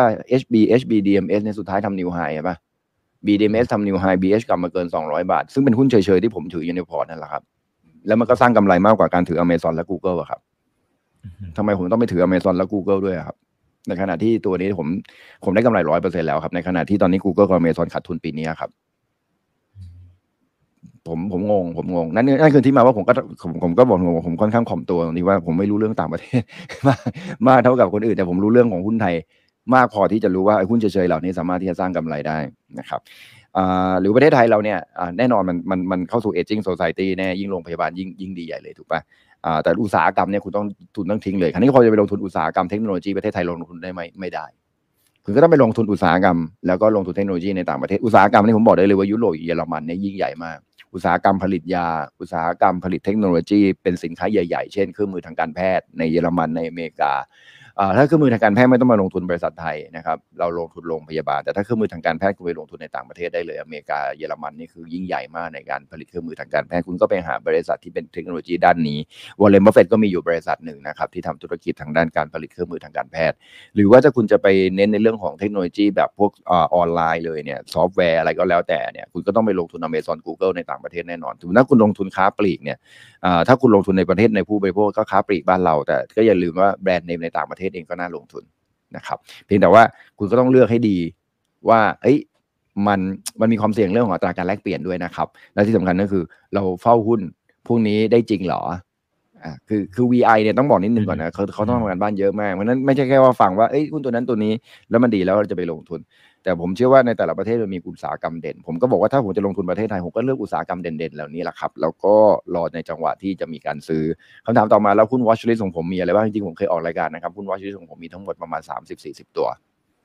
HB DMS ในสุดท้ายทำนิวไฮใช่ปะ BDMs ทำนิวไฮ BH กลับมาเกิน200 บาทซึ่งเป็นหุ้นเฉยๆที่ผมถืออยู่ในพอร์ตนั่นแหละครับแล้วมันก็สร้างกำไรมากกว่าการถือ Amazon และ Google อะครับทำไมผมต้องไปถือ Amazon และ Google ด้วยครับในขณะที่ตัวนี้ผมได้กำไร 100% แล้วครับในขณะที่ตอนนี้ Google กับ Amazon ขาดทุนปีนี้ครับผมงงนั่นคือที่มาว่าผมก็บอกผมค่อนข้างข่มตัวตรงที่ว่าผมไม่รู้เรื่องต่างประเทศมากเท่ากับคนอื่นแต่ผมรู้เรื่องของหุ้นไทยมากพอที่จะรู้ว่าหุ้นเฉยๆเหล่านี้สามารถที่จะสร้างกำไรได้นะครับหรือประเทศไทยเราเนี่ยแน่นอนมันเข้าสู่ aging society แน่ยิ่งโรงพยาบาลยิ่งดีใหญ่เลยถูกป่ะแต่อุตสาหกรรมเนี่ยคุณต้องทิ้งเลยคราวนี้พอจะไปลงทุนอุตสาหกรรมเทคโนโลยีประเทศไทยลงทุนได้ไหมไม่ได้คุณก็ต้องไปลงทุนอุตสาหกรรมแล้วก็ลงทุนเทคโนโลยีในต่างประเทศอุตสาหกรรมนี่ผมบอกได้เลยว่ายุโรปเยอรมันเนี่ยยิ่งใหญ่มากอุตสาหกรรมผลิตยาอุตสาหกรรมผลิตเทคโนโลยีเป็นสินค้าใหญ่ๆเช่นเครื่องมือทางการแพทย์ในเยอรมันในอเมริกาถ้าเครื่องมือทางการแพทย์ไม่ต้องมาลงทุนบริษัทไทยนะครับเราลงทุนโรงพยาบาลแต่ถ้าเครื่องมือทางการแพทย์คุณไปลงทุนในต่างประเทศได้เลยอเมริกาเยอรมันนี่คือยิ่งใหญ่มากในการผลิตเครื่องมือทางการแพทย์คุณก็ไปหาบริษัทที่เป็นเทคโนโลยีด้านนี้วอร์เรน บัฟเฟตต์ก็มีอยู่บริษัทหนึ่งนะครับที่ทำธุรกิจทางด้านการผลิตเครื่องมือทางการแพทย์หรือว่าถ้าคุณจะไปเน้นในเรื่องของเทคโนโลยีแบบพวกออนไลน์เลยเนี่ยซอฟต์แวร์อะไรก็แล้วแต่เนี่ยคุณก็ต้องไปลงทุน Amazon Google ในต่างประเทศแน่นอนถึงถ้าคุณลงทุนค้าปลีกเนี่ยถ้าคุณลงทุนในประเทศในผู้บริโภคก็ค้าปลีกบ้านเราแต่ก็อย่าลืมว่าแบรนด์เนมในต่างประเทศเองก็น่าลงทุนนะครับเพียงแต่ว่าคุณก็ต้องเลือกให้ดีว่ามันมีความเสี่ยงเรื่องของอัตราการแลกเปลี่ยนด้วยนะครับและที่สำคัญก็คือเราเฝ้าหุ้นพวกนี้ได้จริงเหรอคือ VI เนี่ยต้องบอกนิดนึงก่อนนะเขาต้องทำงานบ้านเยอะมากเพราะนั้นไม่ใช่แค่ว่าฟังว่าหุ้นตัวนั้นตัวนี้แล้วมันดีแล้วเราจะไปลงทุนแต่ผมเชื่อว่าในแต่ละประเทศมันมีอุตสาหกรรมเด่นผมก็บอกว่าถ้าผมจะลงทุนประเทศไทยผมก็เลือกอุตสาหกรรมเด่นๆเหล่านี้แหละครับแล้วก็รอในจังหวะที่จะมีการซื้อคำถามต่อมาแล้วหุ้น watch list ของผมมีอะไรบ้างจริงๆผมเคยออกรายการนะครับหุ้น watch list ของผมมีทั้งหมดประมาณ 30-40 ตัว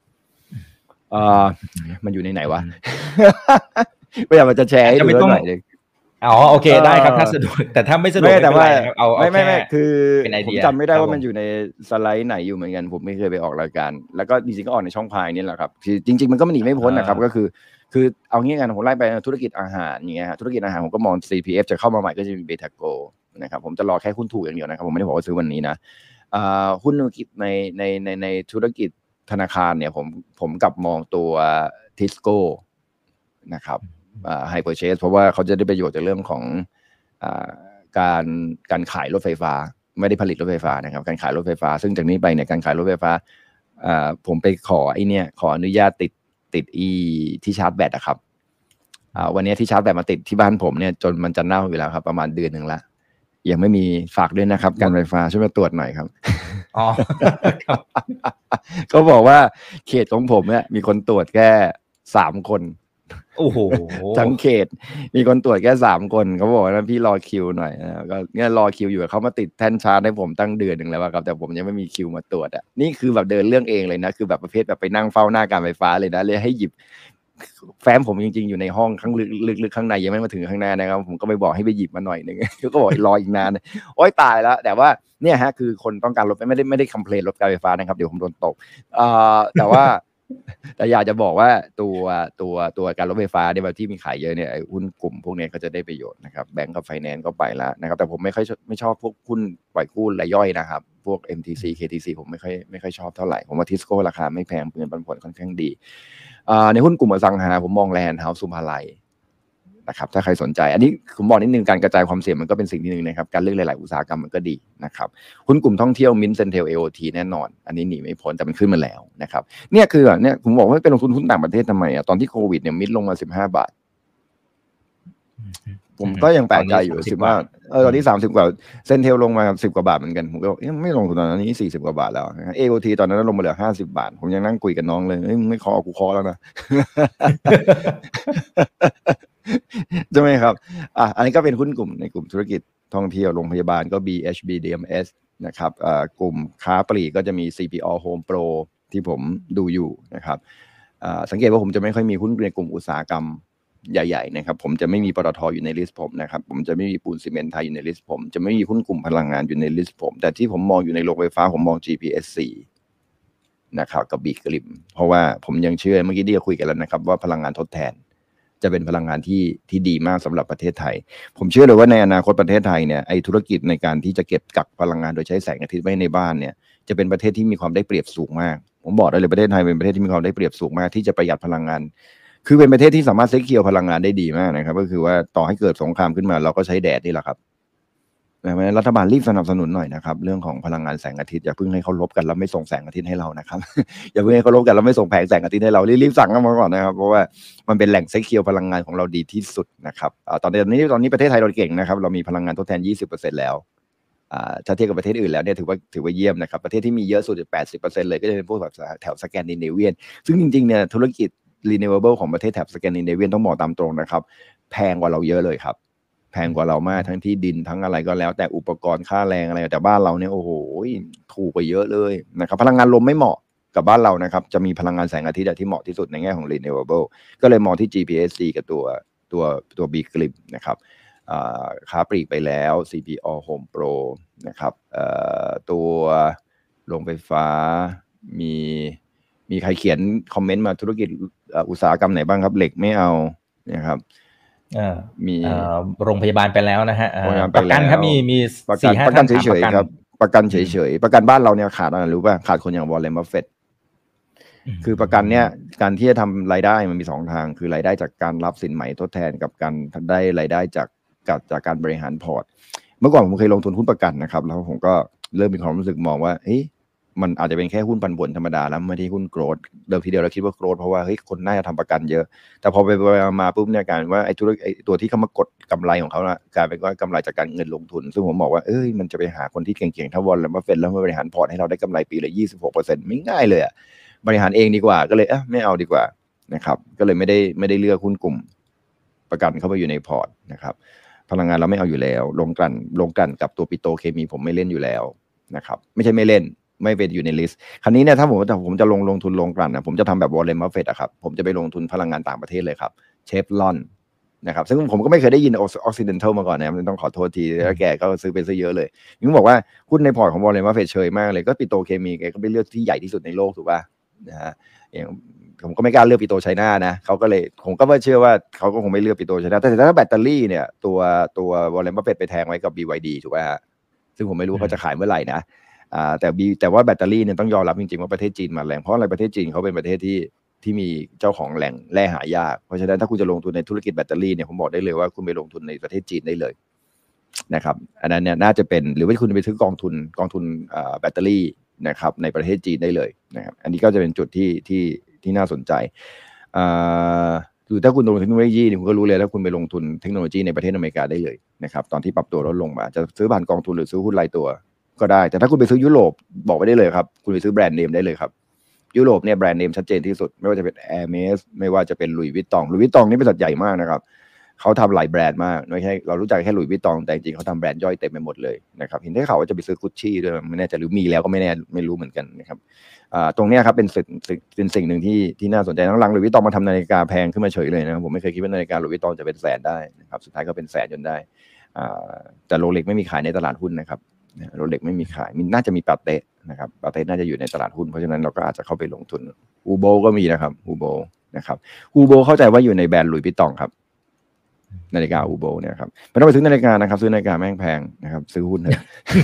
มันอยู่ในไหนวะไม่อยากจะแชร์ให้ดูหน่อยนึงโอเคได้ครับถ้าสะดวกแต่ถ้าไม่สะดวกไม่เป็นไรเอาไม่คือผมจำไม่ได้ว่ามันอยู่ในสไลด์ไหนอยู่เหมือนกันผมไม่เคยไปออกรายการแล้วก็จริงๆก็ออกในช่องพายนี่แหละครับคือจริงๆมันก็ไม่หนีไม่พ้นนะครับก็คือเอางี้กันผมไล่ไปธุรกิจอาหารอย่างเงี้ยธุรกิจอาหารผมก็มอง CPF จะเข้ามาใหม่ก็จะมีเบทาโกนะครับผมจะรอแค่หุ้นถูกอย่างเดียวนะครับผมไม่ได้บอกว่าซื้อวันนี้นะหุ้นในธุรกิจธนาคารเนี่ยผมกลับมองตัวทิสโก้นะครับhigh purchase เพราะว่าเขาจะได้ประโยชน์จากเรื่องของการขายรถไฟฟ้าไม่ได้ผลิตรถไฟฟ้านะครับการขายรถไฟฟ้าซึ่งจากนี้ไปเนี่ยการขายรถไฟฟ้าผมไปขอขออนุญาตติดที่ชาร์จแบตครับวันนี้ที่ชาร์จแบตมาติดที่บ้านผมเนี่ยจนมันจะเน่าอยู่แล้วครับประมาณเดือนนึงละยังไม่มีฝากด้วยนะครับการไฟฟ้าช่วยมาตรวจหน่อยครับเขาบอกว่าเขตของผมเนี่ยมีคนตรวจแค่3 คนโอ้โหทั้งเขตมีคนตรวจแค่3 คนเขาบอกว่าพี่รอคิวหน่อยนะก็เนี่ยรอคิวอยู่เขามาติดแท่นชาร์จให้ผมตั้งเดือนนึงแล้วครับแต่ผมยังไม่มีคิวมาตรวจนี่คือแบบเดินเรื่องเองเลยนะคือแบบประเภทแบบไปนั่งเฝ้าหน้าการไฟฟ้าเลยนะเลยให้หยิบแฟ้มผมจริงๆอยู่ในห้องข้างลึกข้างในยังไม่มาถึงข้างหน้านะครับผมก็ไปบอกให้ไปหยิบมาหน่อยนึงก็บอกรออีกนานโอ๊ยตายแล้วแต่ว่าเนี่ยฮะคือคนต้องการรถไม่ได้คอมเพลนรถการไฟฟ้านะครับเดี๋ยวผมโดนตบแต่อยากจะบอกว่าตัวการรถไฟฟ้าเนี่ยที่มีขายเยอะเนี่ยหุ้นกลุ่มพวกนี้ก็จะได้ประโยชน์นะครับแบงก์กับไฟแนนซ์ก็ไปแล้วนะครับแต่ผมไม่ชอบพวกหุ้นปล่อยกู้รายย่อยนะครับพวก MTC KTC ผมไม่ค่อยชอบเท่าไหร่ผมว่าทิสโก้ราคาไม่แพงเงินปันผลค่อนข้างดีในหุ้นกลุ่มอสังหาผมมองแลนด์เฮาส์สุภาลัยนะครับถ้าใครสนใจอันนี้ผมบอกนิดนึงการกระจายความเสี่ยงมันก็เป็นสิ่งที่หนึ่งนะครับการเลือกหลายๆอุตสาหกรรมมันก็ดีนะครับหุ้นกลุ่มท่องเที่ยวมินเซนเทล AOT แน่นอนอันนี้หนีไม่พ้นแต่มันขึ้นมาแล้วนะครับเนี่ยคือเนี่ยผมบอกว่าเป็นลงทุนหุ้นต่างประเทศทำไมตอนที่โควิดเนี่ยมินลงมา15 บาทผมก็ยังแปลกใจอยู่10 บาทตอนนี้30 กว่าเซนเทลลงมา10 กว่าบาทเหมือนกันผมก็ไม่ลงทุนตอนนี้40 กว่าบาทแล้ว AOT ตอนนั้นลงมาเหลือ50 บาทผมยังนั่งคุยกับน้องเลยไม่ขอกูขอแล้วนะใช่ไหมครับอันนี้ก็เป็นหุ้นกลุ่มในกลุ่มธุรกิจท่องเที่ยวโรงพยาบาลก็ BHB DMS นะครับกลุ่มค้าปลีกก็จะมี CPO Home Pro ที่ผมดูอยู่นะครับสังเกตว่าผมจะไม่ค่อยมีหุ้นในกลุ่มอุตสาหกรรมใหญ่ๆนะครับผมจะไม่มีปตท.อยู่ในลิสต์ผมนะครับผมจะไม่มีปูนซีเมนต์ไทยอยู่ในลิสต์ผมจะไม่มีหุ้นกลุ่มพลังงานอยู่ในลิสต์ผมแต่ที่ผมมองอยู่ในโรงไฟฟ้าผมมอง GPSC นะครับกับบีกริมเพราะว่าผมยังเชื่อเมื่อกี้ที่คุยกันแล้วนะครับว่าพลังงานทดแทนจะเป็นพลังงานที่ดีมากสำหรับประเทศไทยผมเชื่อเลยว่าในอนาคตประเทศไทยเนี่ยไอ้ธุรกิจในการที่จะเก็บกักพลังงานโดยใช้แสงอาทิตย์ไว้ในบ้านเนี่ยจะเป็นประเทศที่มีความได้เปรียบสูงมากผมบอกได้เลยประเทศไทยเป็นประเทศที่มีความได้เปรียบสูงมากที่จะประหยัดพลังงานคือเป็นประเทศที่สามารถเซ็กเคียวพลังงานได้ดีมากนะครับก็คือว่าต่อให้เกิดสงครามขึ้นมาเราก็ใช้แดดนี่แหละครับเพราะฉะนั้นรัฐบาลรีบสนับสนุนหน่อยนะครับเรื่องของพลังงานแสงอาทิตย์อย่าเพิ่งให้เขาลบกันแล้วไม่ส่งแสงอาทิตย์ให้เรานะครับอย่าเพิ่งให้เขาลบกันแล้วไม่ส่งแผงแสงอาทิตย์ให้เรารีบสั่งกันมาก่อนนะครับเพราะว่ามันเป็นแหล่งเซ็กเคียวพลังงานของเราดีที่สุดนะครับตอนนี้ประเทศไทยเราเก่งนะครับเรามีพลังงานทดแทน 20% แล้วถ้าเทียบกับประเทศอื่นแล้วเนี่ยถือว่าเยี่ยมนะครับประเทศที่มีเยอะสุด 80% เลยก็จะเป็นพวกแบบแถวสแกนดิเนเวียนซึ่งจริงๆเนี่ยธุรกิจ renewable ของประเทศแถบสแกนดิเนเวียนต้องบอกตามตรงนะครับแพงกว่าเราเยอะเลยครับแพงกว่าเรามากทั้งที่ดินทั้งอะไรก็แล้วแต่อุปกรณ์ค่าแรงอะไรแต่บ้านเราเนี่ยโอ้โหถูกกว่าเยอะเลยนะครับพลังงานลมไม่เหมาะกับบ้านเรานะครับจะมีพลังงานแสงอาทิตย์ที่เหมาะที่สุดในแง่ของ renewable ก็เลยมองที่ GPSC กับตัว B Clip นะครับค้าปลีกไปแล้ว CPO Home Pro นะครับตัวโรงไฟฟ้ามีใครเขียนคอมเมนต์มาธุรกิจอุตสาหกรรมไหนบ้างครับเหล็กไม่เอานะครับมีโรงพยาบาลไปแล้วนะฮะประกันครับมีประกันเฉยๆครับประกันเฉยๆประกันบ้านเราเนี่ยขาดอะไรรู้ป่ะขาดคนอย่างวอร์เรน บัฟเฟตต์คือประกันเนี่ยการที่จะทำรายได้มันมี2ทางคือรายได้จากการรับสินไหมทดแทนกับการได้รายได้จากการบริหารพอร์ตเมื่อก่อนผมเคยลงทุนหุ้นประกันนะครับแล้วผมก็เริ่มมีความรู้สึกมองว่ามันอาจจะเป็นแค่หุ้นปันผลธรรมดาแล้วไม่ได้หุ้นโกรทเดิมทีเดียวเราคิดว่าโกรทเพราะว่าคนน่าจะทำประกันเยอะแต่พอไปมาปุ๊บเนี่ยการว่าไอ้ตัวที่เขามากดกำไรของเขานะกลายเป็นว่ากำไรจากการเงินลงทุนซึ่งผมบอกว่ามันจะไปหาคนที่เก่งๆถ้าวอร์เรน บัฟเฟตต์แล้วมาบริหารพอร์ตให้เราได้กำไรปีละ 26% ไม่ง่ายเลยอ่ะบริหารเองดีกว่าก็เลยไม่เอาดีกว่านะครับก็เลยไม่ได้เลือกหุ้นกลุ่มประกันเข้าไปอยู่ในพอร์ตนะครับพลังงานเราไม่เอาอยู่แล้วลงกลั่นกับตัวปิโตรเคมีผมไม่เล่นอยู่แล้วนะครับไม่ใช่ไม่เล่นไม่เป็นอยู่ในลิสต์คราวนี้เนี่ยถ้าผมจะลงทุนลงกลั่นนะผมจะทำแบบวอร์เรน บัฟเฟตต์อะครับผมจะไปลงทุนพลังงานต่างประเทศเลยครับเชฟรอนนะครับซึ่งผมก็ไม่เคยได้ยินออกซิเดนทัลมาก่อนนะมันต้องขอโทษทีแล้วแกก็ซื้อไปซะเยอะเลยยิ่งบอกว่าหุ้นในพอร์ตของวอร์เรน บัฟเฟตต์เชยมากเลยก็ปิโตรเคมีแกก็ไปเลือกที่ใหญ่ที่สุดในโลกถูกป่ะนะฮะอย่างผมก็ไม่กล้าเลือกปิโตรไชน่านะเขาก็เลยผมก็เชื่อว่าเขาก็คงไม่เลือกปิโตรไชน่าแต่ถ้าแบตเตอรี่เนี่ยตัววอร์เรน บัฟเฟตต์ไปแทงไว้กับ BYD ถูกป่ะฮะซึ่งผมไม่รู้เขาจะขายเมื่อไหร่นะแต่ว่าแบตเตอรี่เนี่ยต้องยอมรับจริงๆว่าประเทศจีนมาแรงเพราะอะไรประเทศจีนเขาเป็นประเทศที่มีเจ้าของแหล่งแร่หายากเพราะฉะนั้นถ้าคุณจะลงทุนในธุรกิจแบตเตอรี่เนี่ยผมบอกได้เลยว่าคุณไปลงทุนในประเทศจีนได้เลยนะครับอันนั้นเนี่ยน่าจะเป็นหรือว่าคุณไปซื้อกองทุนแบตเตอรี่นะครับในประเทศจีนได้เลยนะครับอันนี้ก็จะเป็นจุดที่น่าสนใจคือถ้าคุณลงทุนเทคโนโลยีเนี่ยคุณก็รู้เลยถ้าคุณไปลงทุนเทคโนโลยีในประเทศอเมริกาได้เลยนะครับตอนที่ปรับตัวลดลงมาจะซื้อผ่านกองทุนหรือซื้อหุ้นรายตัวก็ได้แต่ถ้าคุณไปซื้อยุโรปบอกไว้ได้เลยครับคุณไปซื้อแบรนด์เนมได้เลยครับยุโรปเนี่ยแบรนด์เนมชัดเจนที่สุดไม่ว่าจะเป็น Hermes ไม่ว่าจะเป็นหลุยส์วิตตองนี่บริษัทใหญ่มากนะครับเขาทำหลายแบรนด์มากไม่ใช่เรารู้จักแค่หลุยส์วิตตองแต่จริงๆเขาทำแบรนด์ย่อยเต็มไปหมดเลยนะครับเห็นได้ข่าวว่าจะไปซื้อกุชชี่ด้วยไม่แน่ใจหรือมีแล้วก็ไม่รู้เหมือนกันนะครับตรงนี้ครับเป็นสิ่งหนึ่งที่น่าสนใจหลังๆหลุยส์วิตตองมาทำนาฬิกาแพงขึ้นมาเฉยเลยนะผมไม่เคยคิดว่านาฬิกาหลุยส์วิตตองจะเป็นแสนได้นะครับสุดท้ายก็เป็นแสนจนได้แต่โรเล็กไม่มีขายในตลาดหุ้นนะครับโรเล็กไม่มีขายน่าจะมีปาเต้นะครับปาเต้น่าจะอยู่ในตลาดหุ้นเพราะฉะนั้นเราก็อาจจะเข้าไปลงทุนฮูโบก็มีนะครับฮูโบนะครับฮูโบเข้าใจว่าอยู่ในแบรนด์หลุยส์วิตตองครับนาฬิกาฮูโบเนี่ยครับไม่ต้องไปซื้อนาฬิกานะครับซื้อนาฬิกาแม่งแพงนะครับซื้อหุ้นเถอะ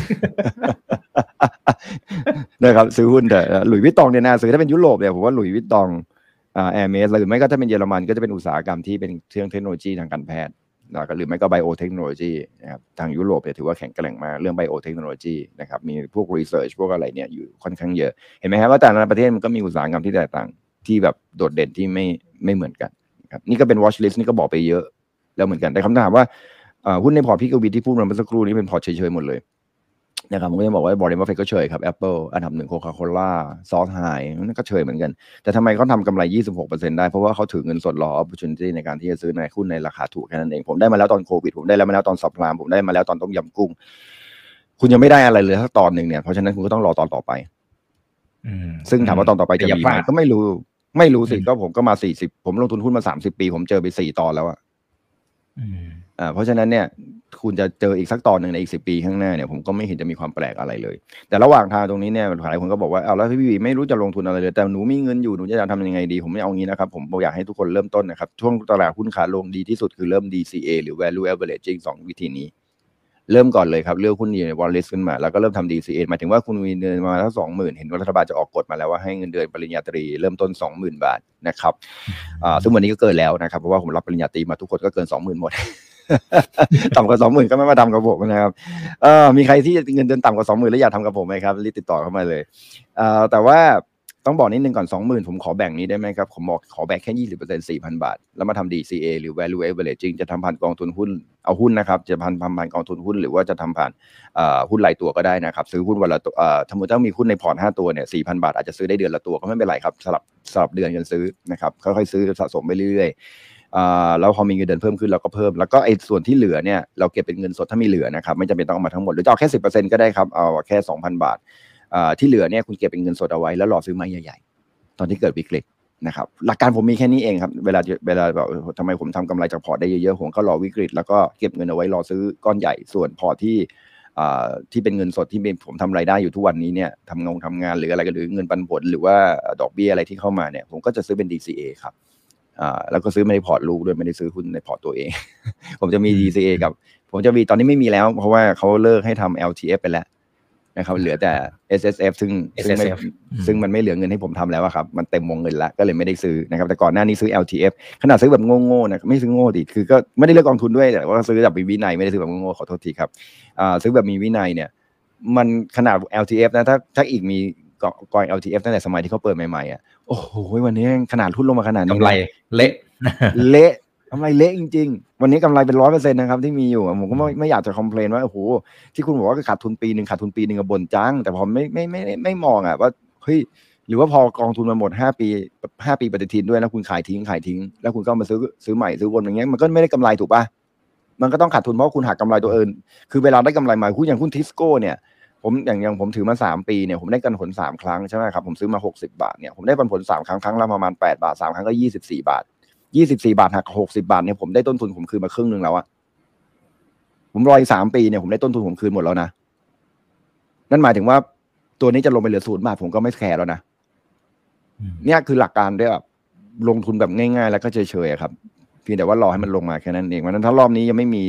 นะครับซื้อหุ้นเถอะหลุยส์วิตตองเนี่ยนะซื้อถ้าเป็นยุโรปเนี่ยผมว่าหลุยส์วิตตองแอร์เมสหรือไม่ก็ถ้าเป็นเยอรมันก็จะเป็นอุตสาหกรรมที่เป็นเครื่องเทคโนโลยีทางการแพทย์หรือไม่ก็ไบโอเทคโนโลยีนะครับทางยุโรปเนี่ยถือว่าแข็งแกร่งมากเรื่องไบโอเทคโนโลยีนะครับมีพวกรีเสิร์ชพวกอะไรเนี่ยอยู่ค่อนข้างเยอะเห็นไหมครับว่าแต่ละประเทศมันก็มีอุตสาหกรรมที่แตกต่างที่แบบโดดเด่นที่ไม่เหมือนกันครับนี่ก็เป็น watch list นี่ก็บอกไปเยอะแล้วเหมือนกันแต่คำถามว่าหุ้นในพอร์ตพี่กวีที่พูดมาเมื่อสักครู่นี้เป็นพอร์ตเฉยๆหมดเลยนะครับผมก็จะบอกว่าวอร์เรน บัฟเฟตต์ก็เฉยครับ Apple อันดับ1 Coca-Cola ซอสไฮนั่นก็เฉยเหมือนกันแต่ทำไมเขาทำกำไร 26% ได้เพราะว่าเขาถือเงินสดรอ opportunity ในการที่จะซื้อในหุ้นในราคาถูกแค่นั้นเองผมได้มาแล้วตอนโควิดผมได้มาแล้วตอนซับไพรม์ผมได้มาแล้วตอนต้มยำกุ้งคุณยังไม่ได้อะไรเลยสักตอนหนึ่งเนี่ยเพราะฉะนั้นคุณก็ต้องรอตอนต่อไปซึ่งถามว่าตอนต่อไปจะมีไหมก็ไม่รู้สิก็ผมก็มา40ผมลงทุนหุ้นมา30ปีผมเจอไป4ตอนแล้วเพราะฉะนั้นเนี่ยคุณจะเจออีกสักตอนหนึ่งในอีก10 ปีข้างหน้าเนี่ยผมก็ไม่เห็นจะมีความแปลกอะไรเลยแต่ระหว่างทางตรงนี้เนี่ยหลายคนก็บอกว่าเอาแล้วพี่วีไม่รู้จะลงทุนอะไรเลยแต่หนูมีเงินอยู่หนูจะทำยังไงดีผมไม่เอางี้นะครับผมอยากให้ทุกคนเริ่มต้นนะครับช่วงตลาดหุ้นขาลงดีที่สุดคือเริ่ม DCA หรือ Value Averaging 2 วิธีนี้เริ่มก่อนเลยครับเลือกหุ้นอยู่ใน Wall List ขึ้นมาแล้วก็เริ่มทำ DCA หมายถึงว่าคุณมีเงินมาแล้ว 20,000 เห็นว่ารัฐบาลจะออกกฎมาแล้วว่าให้เงินเดือนปริญญาตรีเริ่มต้น 20,000 บาทนะครับซึ่งวันนี้ก็เกินแล้วนะครับเพราะว่าผมรับปริญญาตรีมาทุกคนก็เกิน 20,000 หมด ต่ำกว่า 20,000 ก็ไม่มาทำกับผมนะครับมีใครที่เงินเดือนต่ำกว่า 20,000 แล้วอยากทำกับผมไหมครับรีบติดต่อเข้ามาเลยแต่ว่าต้องบอกนิดนึงก่อน 20,000 ผมขอแบ่งนี้ได้ไหมครับผมขอแบ่งแค่ 20% 4,000 บาทแล้วมาทำ DCA หรือ Value Averaging จะทำผ่านกองทุนหุ้นเอาหุ้นนะครับจะผ่านกองทุนหุ้นหรือว่าจะทำผ่านหุ้นรายตัวก็ได้นะครับซื้อหุ้นวันละตัวสมมุติถ้ามีหุ้นในพอร์ต5ตัวเนี่ย 4,000 บาทอาจจะซื้อได้เดือนละตัวก็ไม่เป็นไรครับสลับเดือนกันซื้อนะครับค่อยๆซื้อสะสมไปเรื่อยๆแล้วพอมีเงินเดือนเพิ่มขึ้นเราก็เพิ่มแล้วก็ไอ้ส่วนที่เหลือเนี่ยเราเก็บเป็นเงินสดถ้ามีเหลือนะครับไม่จำเป็นต้องเอามาทั้งหมดหรือจะเอาแค่ 10% ก็ได้ครับเอาแค่ 2,000 บาทที่เหลือเนี่ยคุณเก็บเป็นเงินสดเอาไว้แล้วรอซื้อไม้ใหญ่ๆตอนที่เกิดวิกฤตนะครับหลักการผมมีแค่นี้เองครับเวลาแบบทำไมผมทำกำไรจากพอร์ตได้เยอะๆผมก็รอวิกฤตแล้วก็เก็บเงินเอาไว้รอซื้อก้อนใหญ่ส่วนพอร์ตที่ที่เป็นเงินสดที่ผมทำรายได้อยู่ทุกวันนี้เนี่ยทำงานหรืออะไรก็หรือเงินปันผลหรือว่าดอกเบี้ยอะไรที่เข้ามาเนี่ยผมก็จะซื้อเป็น DCA ครับแล้วก็ซื้อไม่ได้พอร์ตลูกด้วยไม่ได้ซื้อหุ้นในพอร์ตตัวเอง ผมจะมี DCA กับผมจะมีตอนนี้ไม่มีแล้วเพราะว่าเขาเลิกให้ทำ LTF ไปแล้วนะครับเหลือแต่ SSF ซึ่งมันไม่เหลือเงินให้ผมทำแล้วครับมันเต็มวงเงินแล้วก็เลยไม่ได้ซื้อนะครับแต่ก่อนหน้านี้ซื้อ LTF ขนาดซื้อแบบโง่ๆนะไม่ซื้อโง่ดิคือก็ไม่ได้เลือกกองทุนด้วยแต่ว่าซื้อแบบมีวินัยไม่ได้ซื้อแบบโง่ๆขอโทษทีครับซื้อแบบมีวินัยเนี่ยมันขนาด LTF นะถ้าอีกมีกอง LTF ตั้งแต่สมัยที่เขาเปิดใหม่ๆโอ้โหวันนี้ขนาดหุ้นลงมาขนาดนี้กำไรเละกำไรเละจริงๆวันนี้กำไรเป็น 100% นะครับที่มีอยู่ผมก็ไม่อยากจะคอมเพลนว่าโอ้โหที่คุณบอกว่าขาดทุนปีนึงก็บ่นจังแต่ผมไม่มองว่าเฮ้ยหรือว่าพอกองทุนมาหมด5ปีปฏิทินด้วยแล้วคุณขายทิ้งแล้วคุณก็มาซื้อใหม่ซื้อวนอย่างเงี้ยมันก็ไม่ได้กำไรถูกป่ะมันก็ต้องขาดทุนเพราะคุณหักกำไรตัวเองคือเวลาได้กำไรมาอย่างหุ้นทิสโก้เนี่ยผมอย่างผมถือมา3ปีเนี่ยผมได้ปันผล3ครั้งใช่ไหมครับผมซื้อมา60 บาทเนี่ยผมได้ปันผล3ครั้งละประมาณ8 บาท3ครั้งก็24 บาทหัก60 บาทเนี่ยผมได้ต้นทุนผมคืนมาครึ่งนึงแล้วอะผมรออีก3 ปีเนี่ยผมได้ต้นทุนผมคืนหมดแล้วนะนั่นหมายถึงว่าตัวนี้จะลงไปเหลือ0 บาทผมก็ไม่แคร์แล้วนะเนี่ยคือหลักการได้แบบลงทุนแบบง่ายๆแล้วก็เฉยๆครับเพียงแต่ว่ารอให้มันลงมาแค่นั้นเองเพราะฉะนั้นถ้ารอบนี้ยังไม่มี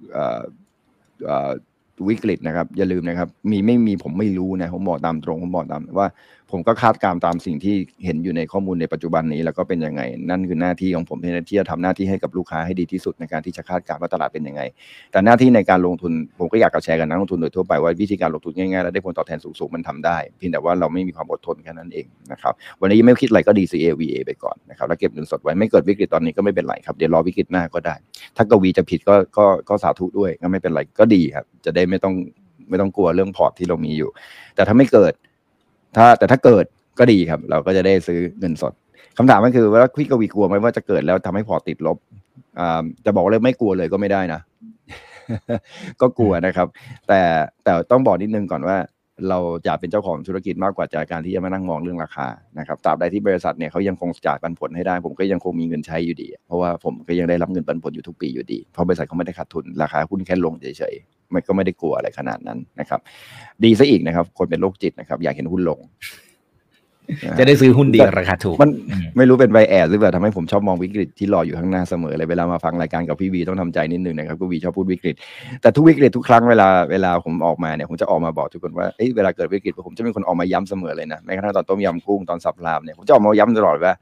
วิกฤตนะครับอย่าลืมนะครับไม่มีผมไม่รู้นะผมบอกตามตรงผมบอกตามว่าผมก็คาดการณ์ตามสิ่งที่เห็นอยู่ในข้อมูลในปัจจุบันนี้แล้วก็เป็นยังไงนั่นคือหน้าที่ของผมที่จะทำหน้าที่ให้กับลูกค้าให้ดีที่สุดในการที่จะคาดการณ์ว่าตลาดเป็นยังไงแต่หน้าที่ในการลงทุนผมก็อยากจะแชร์กับนักลงทุนโดยทั่วไปว่าวิธีการลงทุนง่ายๆและได้ผลตอบแทนสูงๆมันทำได้เพียงแต่ว่าเราไม่มีความอดทนแค่นั้นเองนะครับวันนี้ไม่คิดอะไรก็ DCA VA ไปก่อนนะครับแล้วเก็บเงินสดไว้ไม่เกิดวิกฤตตอนนี้ก็ไม่เป็นไรครับเดี๋ยวรอวิกฤตหน้าก็ได้ถ้ากวีจะผิดก็สาธุด้วยก็ไม่เป็นไรก็ดีครับจะได้ไม่ต้องกลัวเรื่องพอร์ตที่เรามีอยู่แต่ถ้าไม่เกิดถ้าเกิดก็ดีครับเราก็จะได้ซื้อเงินสดคำถามก็คือว่าพี่กวีกลัวไหมว่าจะเกิดแล้วทำให้พอร์ตติดลบจะบอกเลยไม่กลัวเลยก็ไม่ได้นะ ก็กลัวนะครับแต่ต้องบอกนิดนึงก่อนว่าเราอยากเป็นเจ้าของธุรกิจมากกว่าจากการที่จะมานั่งมองเรื่องราคานะครับตราบใดที่บริษัทเนี่ยเขายังคงจ่ายปันผลให้ได้ผมก็ยังคงมีเงินใช้อยู่ดีเพราะว่าผมก็ยังได้รับเงินปันผลอยู่ทุกปีอยู่ดีเพราะบริษัทเขาไม่ได้ขาดทุนราคาหุ้นแค่ลงเฉยๆมันก็ไม่ได้กลัวอะไรขนาดนั้นนะครับดีซะอีกนะครับคนเป็นโรคจิตนะครับอยากเห็นหุ้นลงจะได้ซื้อหุ้นดีราคาถูกมันไม่รู้เป็นไบแอสหรือเปล่าทำให้ผมชอบมองวิกฤตที่รออยู่ข้างหน้าเสมอเลยเวลามาฟังรายการกับพี่วีต้องทำใจนิดนึงนะครับพี่วีชอบพูดวิกฤตแต่ทุกวิกฤตทุกครั้งเวลาผมออกมาเนี่ยผมจะออกมาบอกทุกคนว่าเวลาเกิดวิกฤตผมจะเป็นคนออกมาย้ำเสมอเลยนะแม้กระทั่งตอนต้มยำกุ้งตอนสับรามเนี่ยผมจะออกมาย้ำตลอดว่า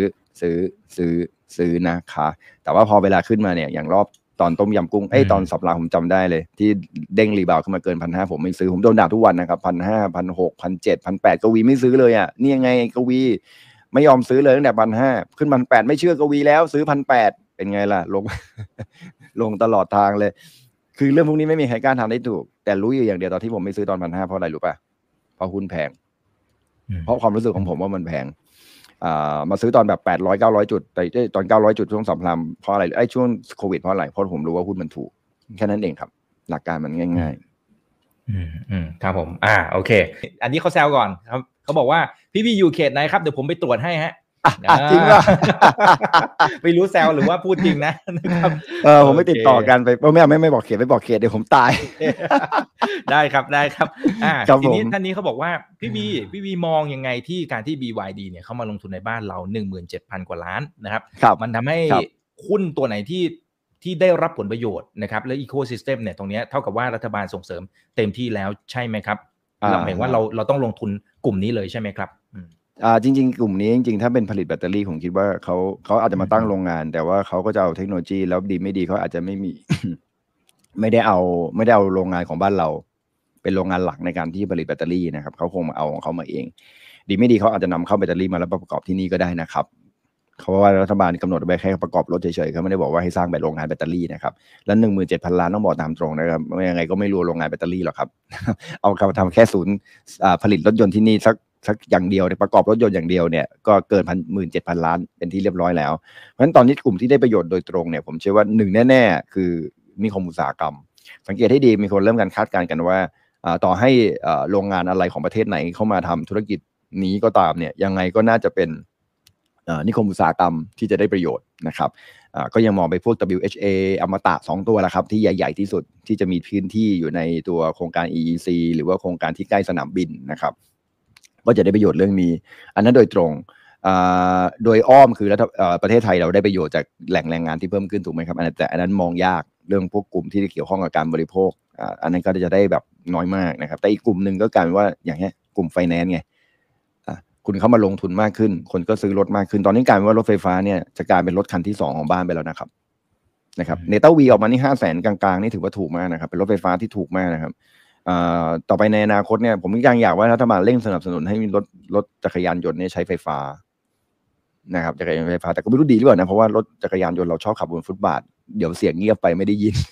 ซื้อนะคะแต่ว่าพอเวลาขึ้นมาเนี่ยอย่างรอบตอนต้มยำกุ้งตอนสับรามผมจำได้เลยที่เด้งรีบาวขึ้นมาเกิน 1,500 ผมไม่ซื้อผมโดนด่าทุกวันนะครับ 1,500 1,600 1,700 1,800 กวีไม่ซื้อเลยอ่ะนี่ยังไงกวีไม่ยอมซื้อเลยตั้งแต่ 1,500 ขึ้น 1,800 ไม่เชื่อกวีแล้วซื้อ 1,800 เป็นไงล่ะลงตลอดทางเลยคือเรื่องพวกนี้ไม่มีใครกล้าทำได้ถูกแต่รู้อยู่อย่างเดียวตอนที่ผมไม่ซื้อตอน 1,500 เพราะอะไรรู้ป่ะเพราะหุ้นแพงเพราะความรู้สึกของผมว่ามันแพงมาซื้อตอนแบบ800 900 จุดแต่ตอน900 จุดช่วงสัมภาระเพราะอะไรช่วงโควิดเพราะอะไรเพราะผมรู้ว่าหุ้นมันถูกแค่นั้นเองครับหลักการมันง่ายๆครับผมโอเคอันนี้เขาแซวก่อนครับเขาบอกว่าพี่อยู่เขตไหนครับเดี๋ยวผมไปตรวจให้ฮะจริงป่ะไม่รู้แซวหรือว่าพูดจริงนะครับผมไม่ติดต่อกันไปไม่บอกเขตไม่บอกเขตเดี๋ยวผมตายได้ครับทีนี้ท่านนี้เขาบอกว่าพี่วีมองยังไงที่การที่ BYD เนี่ยเข้ามาลงทุนในบ้านเรา 17,000 กว่าล้านนะครับมันทำให้หุ้นตัวไหนที่ได้รับผลประโยชน์นะครับและอีโคซิสเต็มเนี่ยตรงนี้เท่ากับว่ารัฐบาลส่งเสริมเต็มที่แล้วใช่ไหมครับเราเห็นว่าเราต้องลงทุนกลุ่มนี้เลยใช่ไหมครับจริงๆกลุ่มนี้จริงๆถ้าเป็นผลิตแบตเตอรี่ผมคิดว่าเขาอาจจะมาตั้งโรงงานแต่ว่าเขาก็จะเอาเทคโนโลยีแล้วดีไม่ดีเขาอาจจะไม่มี ไม่ได้เอาโรงงานของบ้านเราเป็นโรงงานหลักในการที่ผลิตแบตเตอรี่นะครับเขาคงมาเอาของเขามาเองดีไม่ดีเขาอาจจะนำเข้าแบตเตอรี่มาแล้วประกอบที่นี่ก็ได้นะครับเขาว่ารัฐบาลกำหนดไว้แค่ประกอบรถเฉยๆเขาไม่ได้บอกว่าให้สร้างโรงงานแบตเตอรี่นะครับแล้ว 17,000 ล้านต้องบอกตามตรงนะครับไม่ยังไงก็ไม่รู้โรงงานแบตเตอรี่หรอกครับ เอาทำแค่ศูนย์ผลิตรถยนต์ที่นี่สักอย่างเดียวประกอบรถยนต์อย่างเดียวเนี่ยก็เกิน 17,000 ล้านเป็นที่เรียบร้อยแล้วเพราะฉะนั้นตอนนี้กลุ่มที่ได้ประโยชน์โดยตรงเนี่ยผมเชื่อว่าหนึ่งแน่ๆคือนิคมอุตสาหกรรมสังเกตให้ดีมีคนเริ่มการคาดการณ์กันว่าต่อให้โรงงานอะไรของประเทศไหนเข้ามาทำธุรกิจนี้ก็ตามเนี่ยยังไงก็น่าจะเป็นนิคมอุตสาหกรรมที่จะได้ประโยชน์นะครับก็ยังมองไปพวก WHA อมตะ2ตัวละครับที่ใหญ่ๆที่สุดที่จะมีพื้นที่อยู่ในตัวโครงการ EEC หรือว่าโครงการที่ใกล้สนามบินนะครับก็จะได้ประโยชน์เรื่องนี้อันนั้นโดยตรงโดยอ้อมคือแล้วประเทศไทยเราได้ประโยชน์จากแหล่งแรงงานที่เพิ่มขึ้นถูกไหมครับแต่อันนั้นมองยากเรื่องพวกกลุ่มที่เกี่ยวข้องกับการบริโภคอันนั้นก็จะได้แบบน้อยมากนะครับแต่อีกกลุ่มหนึ่งก็กลายเป็นว่าอย่างเงี้ยกลุ่มไฟแนนซ์ไงคุณเข้ามาลงทุนมากขึ้นคนก็ซื้อรถมากขึ้นตอนนี้กลายเป็นว่ารถไฟฟ้าเนี่ยจะกลายเป็นรถคันที่2ของบ้านไปแล้วนะครับเนต้าวีออกมานี่500,000กลางๆนี่ถือว่าถูกมากนะครับเป็นรถไฟฟ้าที่ถูกมากนะครับต่อไปในอนาคตเนี่ยผมยังอยากว่ารัฐบาลเร่งสนับสนุนให้มีรถจักรยานยนต์เนี่ยใช้ไฟฟ้านะครับจักรยานไฟฟ้าแต่ก็ไม่รู้ดีหรือเปล่านะเพราะว่ารถจักรยานยนต์เราชอบขับบนฟุตบาทเดี๋ยวเสียงเงียบไปไม่ได้ยิน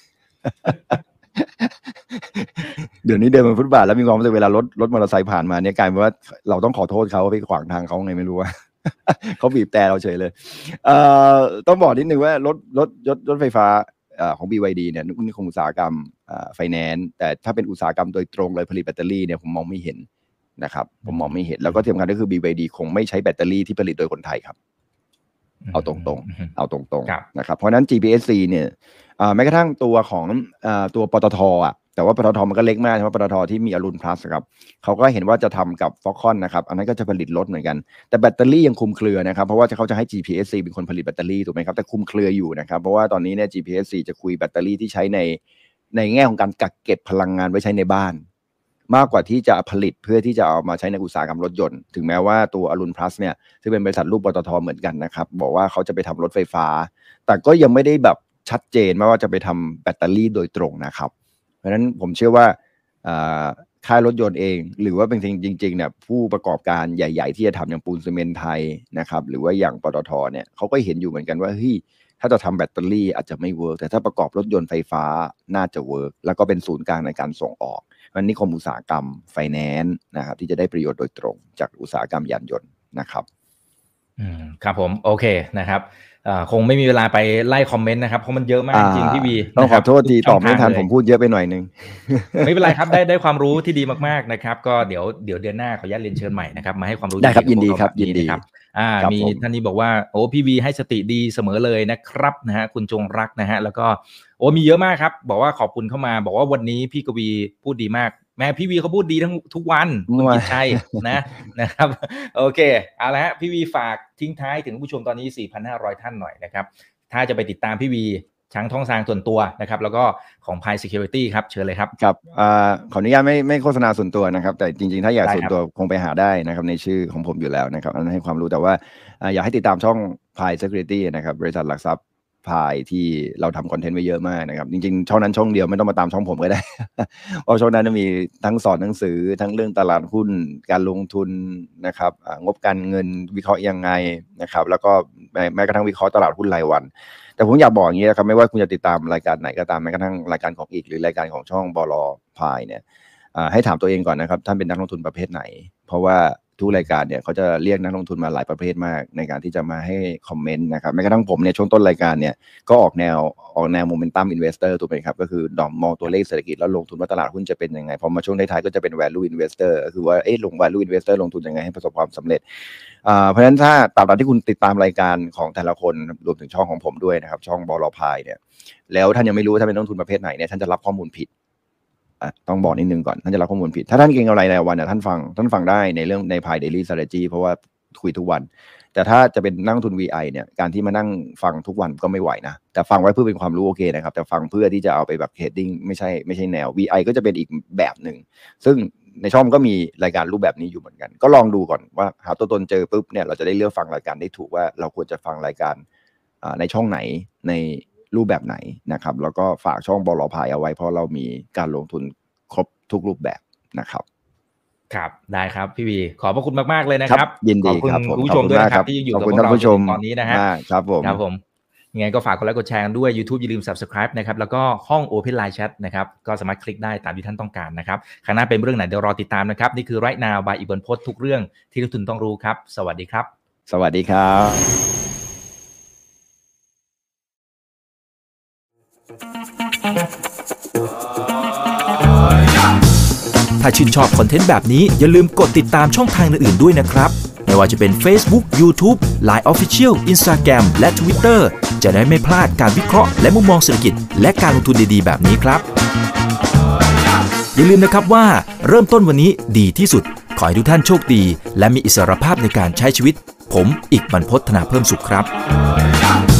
เดี๋ยวนี้เดินบนฟุตบาทแล้วมีความรู้สึกเวลารถมอเตอร์ไซค์ผ่านมาเนี่ยกลายเป็นว่าเราต้องขอโทษเขาไปขวางทางเขาไงไม่รู้ว่า เขาบีบแต่เราเฉยเลยต้องบอกนิดนึงว่ารถไฟฟ้าของ BYD เนี่ยนี่คงอุตสาหกรรมไฟแนนซ์แต่ถ้าเป็นอุตสาหกรรมโดยตรงเลยผลิตแบตเตอรี่เนี่ยผมมองไม่เห็นนะครับผมมองไม่เห็นแล้วก็ที่สำคัญก็คือ BYD คงไม่ใช้แบตเตอรี่ที่ผลิตโดยคนไทยครับเอาตรงๆนะครับเพราะนั้น GPSC เนี่ยแม้กระทั่งตัวของตัวปตท.แต่ว่าปตท.มันก็เล็กมากใช่ไหมปตท.ที่มีอรุณพลัสครับเขาก็เห็นว่าจะทำกับ Foxconn นะครับอันนั้นก็จะผลิตรถเหมือนกันแต่แบตเตอรี่ยังคุมเครือนะครับเพราะว่าเขาจะให้ GPSC เป็นคนผลิตแบตเตอรี่ถูกไหมครับแต่คุมเครืออยู่นะครับเพราะว่าตอนนี้เนี่ย GPSC จะคุยแบตเตอรี่ที่ใช้ในแง่ของการกักเก็บพลังงานไว้ใช้ในบ้านมากกว่าที่จะผลิตเพื่อที่จะเอามาใช้ในอุตสาหกรรมรถยนต์ถึงแม้ว่าตัวอรุณพลัสเนี่ยซึ่งเป็นบริษัทลูกปตท.เหมือนกันนะครับบอกว่าเขาจะไปทำรถไฟฟ้าแต่ก็ยังไม่ได้แบบชัดเจนว่าจะไปทำแบตเตอรี่โดยตรงนะครับเพราะฉะนั้นผมเชื่อว่าค่ายรถยนต์เองหรือว่าเป็นจริงๆเนี่ยผู้ประกอบการใหญ่ๆที่จะทำอย่างปูนซีเมนต์ไทยนะครับหรือว่าอย่างปตท.เนี่ยเขาก็เห็นอยู่เหมือนกันว่าเฮ้ยถ้าจะทำแบตเตอรี่อาจจะไม่เวิร์กแต่ถ้าประกอบรถยนต์ไฟฟ้าน่าจะเวิร์กแล้วก็เป็นศูนย์กลางในการส่งออกมันนิคมอุตสาหกรรมไฟแนนซ์นะครับที่จะได้ประโยชน์โดยตรงจากอุตสาหกรรมยานยนต์นะครับครับผมโอเคนะครับคงไม่มีเวลาไปไล่คอมเมนต์นะครับเพราะมันเยอะมากจริงพี่วีต้องขอโทษทีตอบไม่ทันผมพูดเยอะไปหน่อยนึงไม่เป็นไรครับได้ความรู้ที่ดีมากๆนะครับก็เดี๋ยวเดือนหน้าขออนุญาตเรียนเชิญใหม่นะครับมาให้ความรู้ได้ครับยินดีครับยินดีครับมีท่านนี้บอกว่าโอ้พี่วีให้สติดีเสมอเลยนะครับนะฮะคุณจงรักนะฮะแล้วก็โอ้มีเยอะมากครับบอกว่าขอบคุณเข้ามาบอกว่าวันนี้พี่กวีพูดดีมากแม่พี่วีเขาพูดดีทุกวันคุณกิตชัยนะครับโอเคเอาละฮะพี่วีฝากทิ้งท้ายถึงผู้ชมตอนนี้ 4,500 ท่านหน่อยนะครับถ้าจะไปติดตามพี่วีช้างท่องซางส่วนตัวนะครับแล้วก็ของ Pi Security ครับเชิญเลยครับครับขออนุญาตไม่โฆษณาส่วนตัวนะครับแต่จริงๆถ้าอยากส่วนตัวคงไปหาได้นะครับในชื่อของผมอยู่แล้วนะครับอันนั้นให้ความรู้แต่ว่าอยากให้ติดตามช่อง Pi Security นะครับบริษัทหลักทรัพย์พายที่เราทำคอนเทนต์ไว้เยอะมากนะครับจริงๆช่องนั้นช่องเดียวไม่ต้องมาตามช่องผมก็ได้เพราะช่องนั้นมีทั้งสอนหนังสือทั้งเรื่องตลาดหุ้นการลงทุนนะครับงบการเงินวิเคราะห์ยังไงนะครับแล้วก็แม้กระทั่งวิเคราะห์ตลาดหุ้นรายวันแต่ผมอยากบอกอย่างนี้นะครับไม่ว่าคุณจะติดตามรายการไหนก็ตามแม้กระทั่งรายการของอีกหรือรายการของช่องบล.พายเนี่ยให้ถามตัวเองก่อนนะครับท่านเป็นนักลงทุนประเภทไหนเพราะว่าทุกรายการเนี่ยเขาจะเรียกนักลงทุนมาหลายประเภทมากในการที่จะมาให้คอมเมนต์นะครับแม้กระทั่งผมเนี่ยช่วงต้นรายการเนี่ยก็ออกแนวโมเมนตัมอินเวสเตอร์ถูกไหมครับก็คือมองตัวเลขเศรษฐกิจแล้วลงทุนว่าตลาดหุ้นจะเป็นยังไงพอมาช่วงท้ายๆก็จะเป็น value investor ก็คือว่าลง value investor ลงทุนยังไงให้ประสบความสำเร็จเพราะฉะนั้นถ้าตามที่คุณติดตามรายการของแต่ละคนรวมถึงช่องของผมด้วยนะครับช่องบล.พายเนี่ยแล้วท่านยังไม่รู้ท่านเป็นนักลงทุนประเภทไหนเนี่ยท่านจะรับข้อมูลผิดต้องบอกนิดนึงก่อนท่านจะรับข้อมูลผิดถ้าท่านเก่งอะไรในวันท่านฟังได้ในเรื่องใน Pi Daily Strategy เพราะว่าคุยทุกวันแต่ถ้าจะเป็นนักลงทุน VI เนี่ยการที่มานั่งฟังทุกวันก็ไม่ไหวนะแต่ฟังไว้เพื่อเป็นความรู้โอเคนะครับแต่ฟังเพื่อที่จะเอาไปแบบเทรดดิ้งไม่ใช่แนว VI ก็จะเป็นอีกแบบหนึ่งซึ่งในช่องก็มีรายการรูปแบบนี้อยู่เหมือนกันก็ลองดูก่อนว่าหาตัวตนเจอปุ๊บเนี่ยเราจะได้เลือกฟังรายการได้ถูกว่าเราควรจะฟังรายการในช่องไหนในรูปแบบไหนนะครับแล้วก็ฝากช่องบล.พายเอาไว้เพราะเรามีการลงทุนครบทุกรูปแบบนะครับครับได้ครับพี่วีขอบพระคุณมากๆเลยนะครับยินดีครับขอบคุณผู้ชมด้วยนะครับที่อยู่กับพวกเราตอนนี้นะฮะครับผมยังไงก็ฝากกดไลค์กดแชร์กันด้วย YouTube อย่าลืม Subscribe นะครับแล้วก็ห้อง Open Line Chat นะครับก็สามารถคลิกได้ตามที่ท่านต้องการนะครับครั้งหน้าเป็นเรื่องไหนเดี๋ยวรอติดตามนะครับนี่คือ Right Now by อีกบนโพสต์ทุกเรื่องที่นักลงทุนต้องรู้ครับสวัสดีครับสวัสดีครับถ้าชื่นชอบคอนเทนต์แบบนี้อย่าลืมกดติดตามช่องทางอื่นๆด้วยนะครับไม่ว่าจะเป็น Facebook, YouTube, Line Official, Instagram และ Twitter จะได้ไม่พลาดการวิเคราะห์และมุมมองเศรษฐกิจและการลงทุนดีๆแบบนี้ครับอย่าลืมนะครับว่าเริ่มต้นวันนี้ดีที่สุดขอให้ทุกท่านโชคดีและมีอิสรภาพในการใช้ชีวิตผมอีกบรรพต ธนาเพิ่มสุขครับ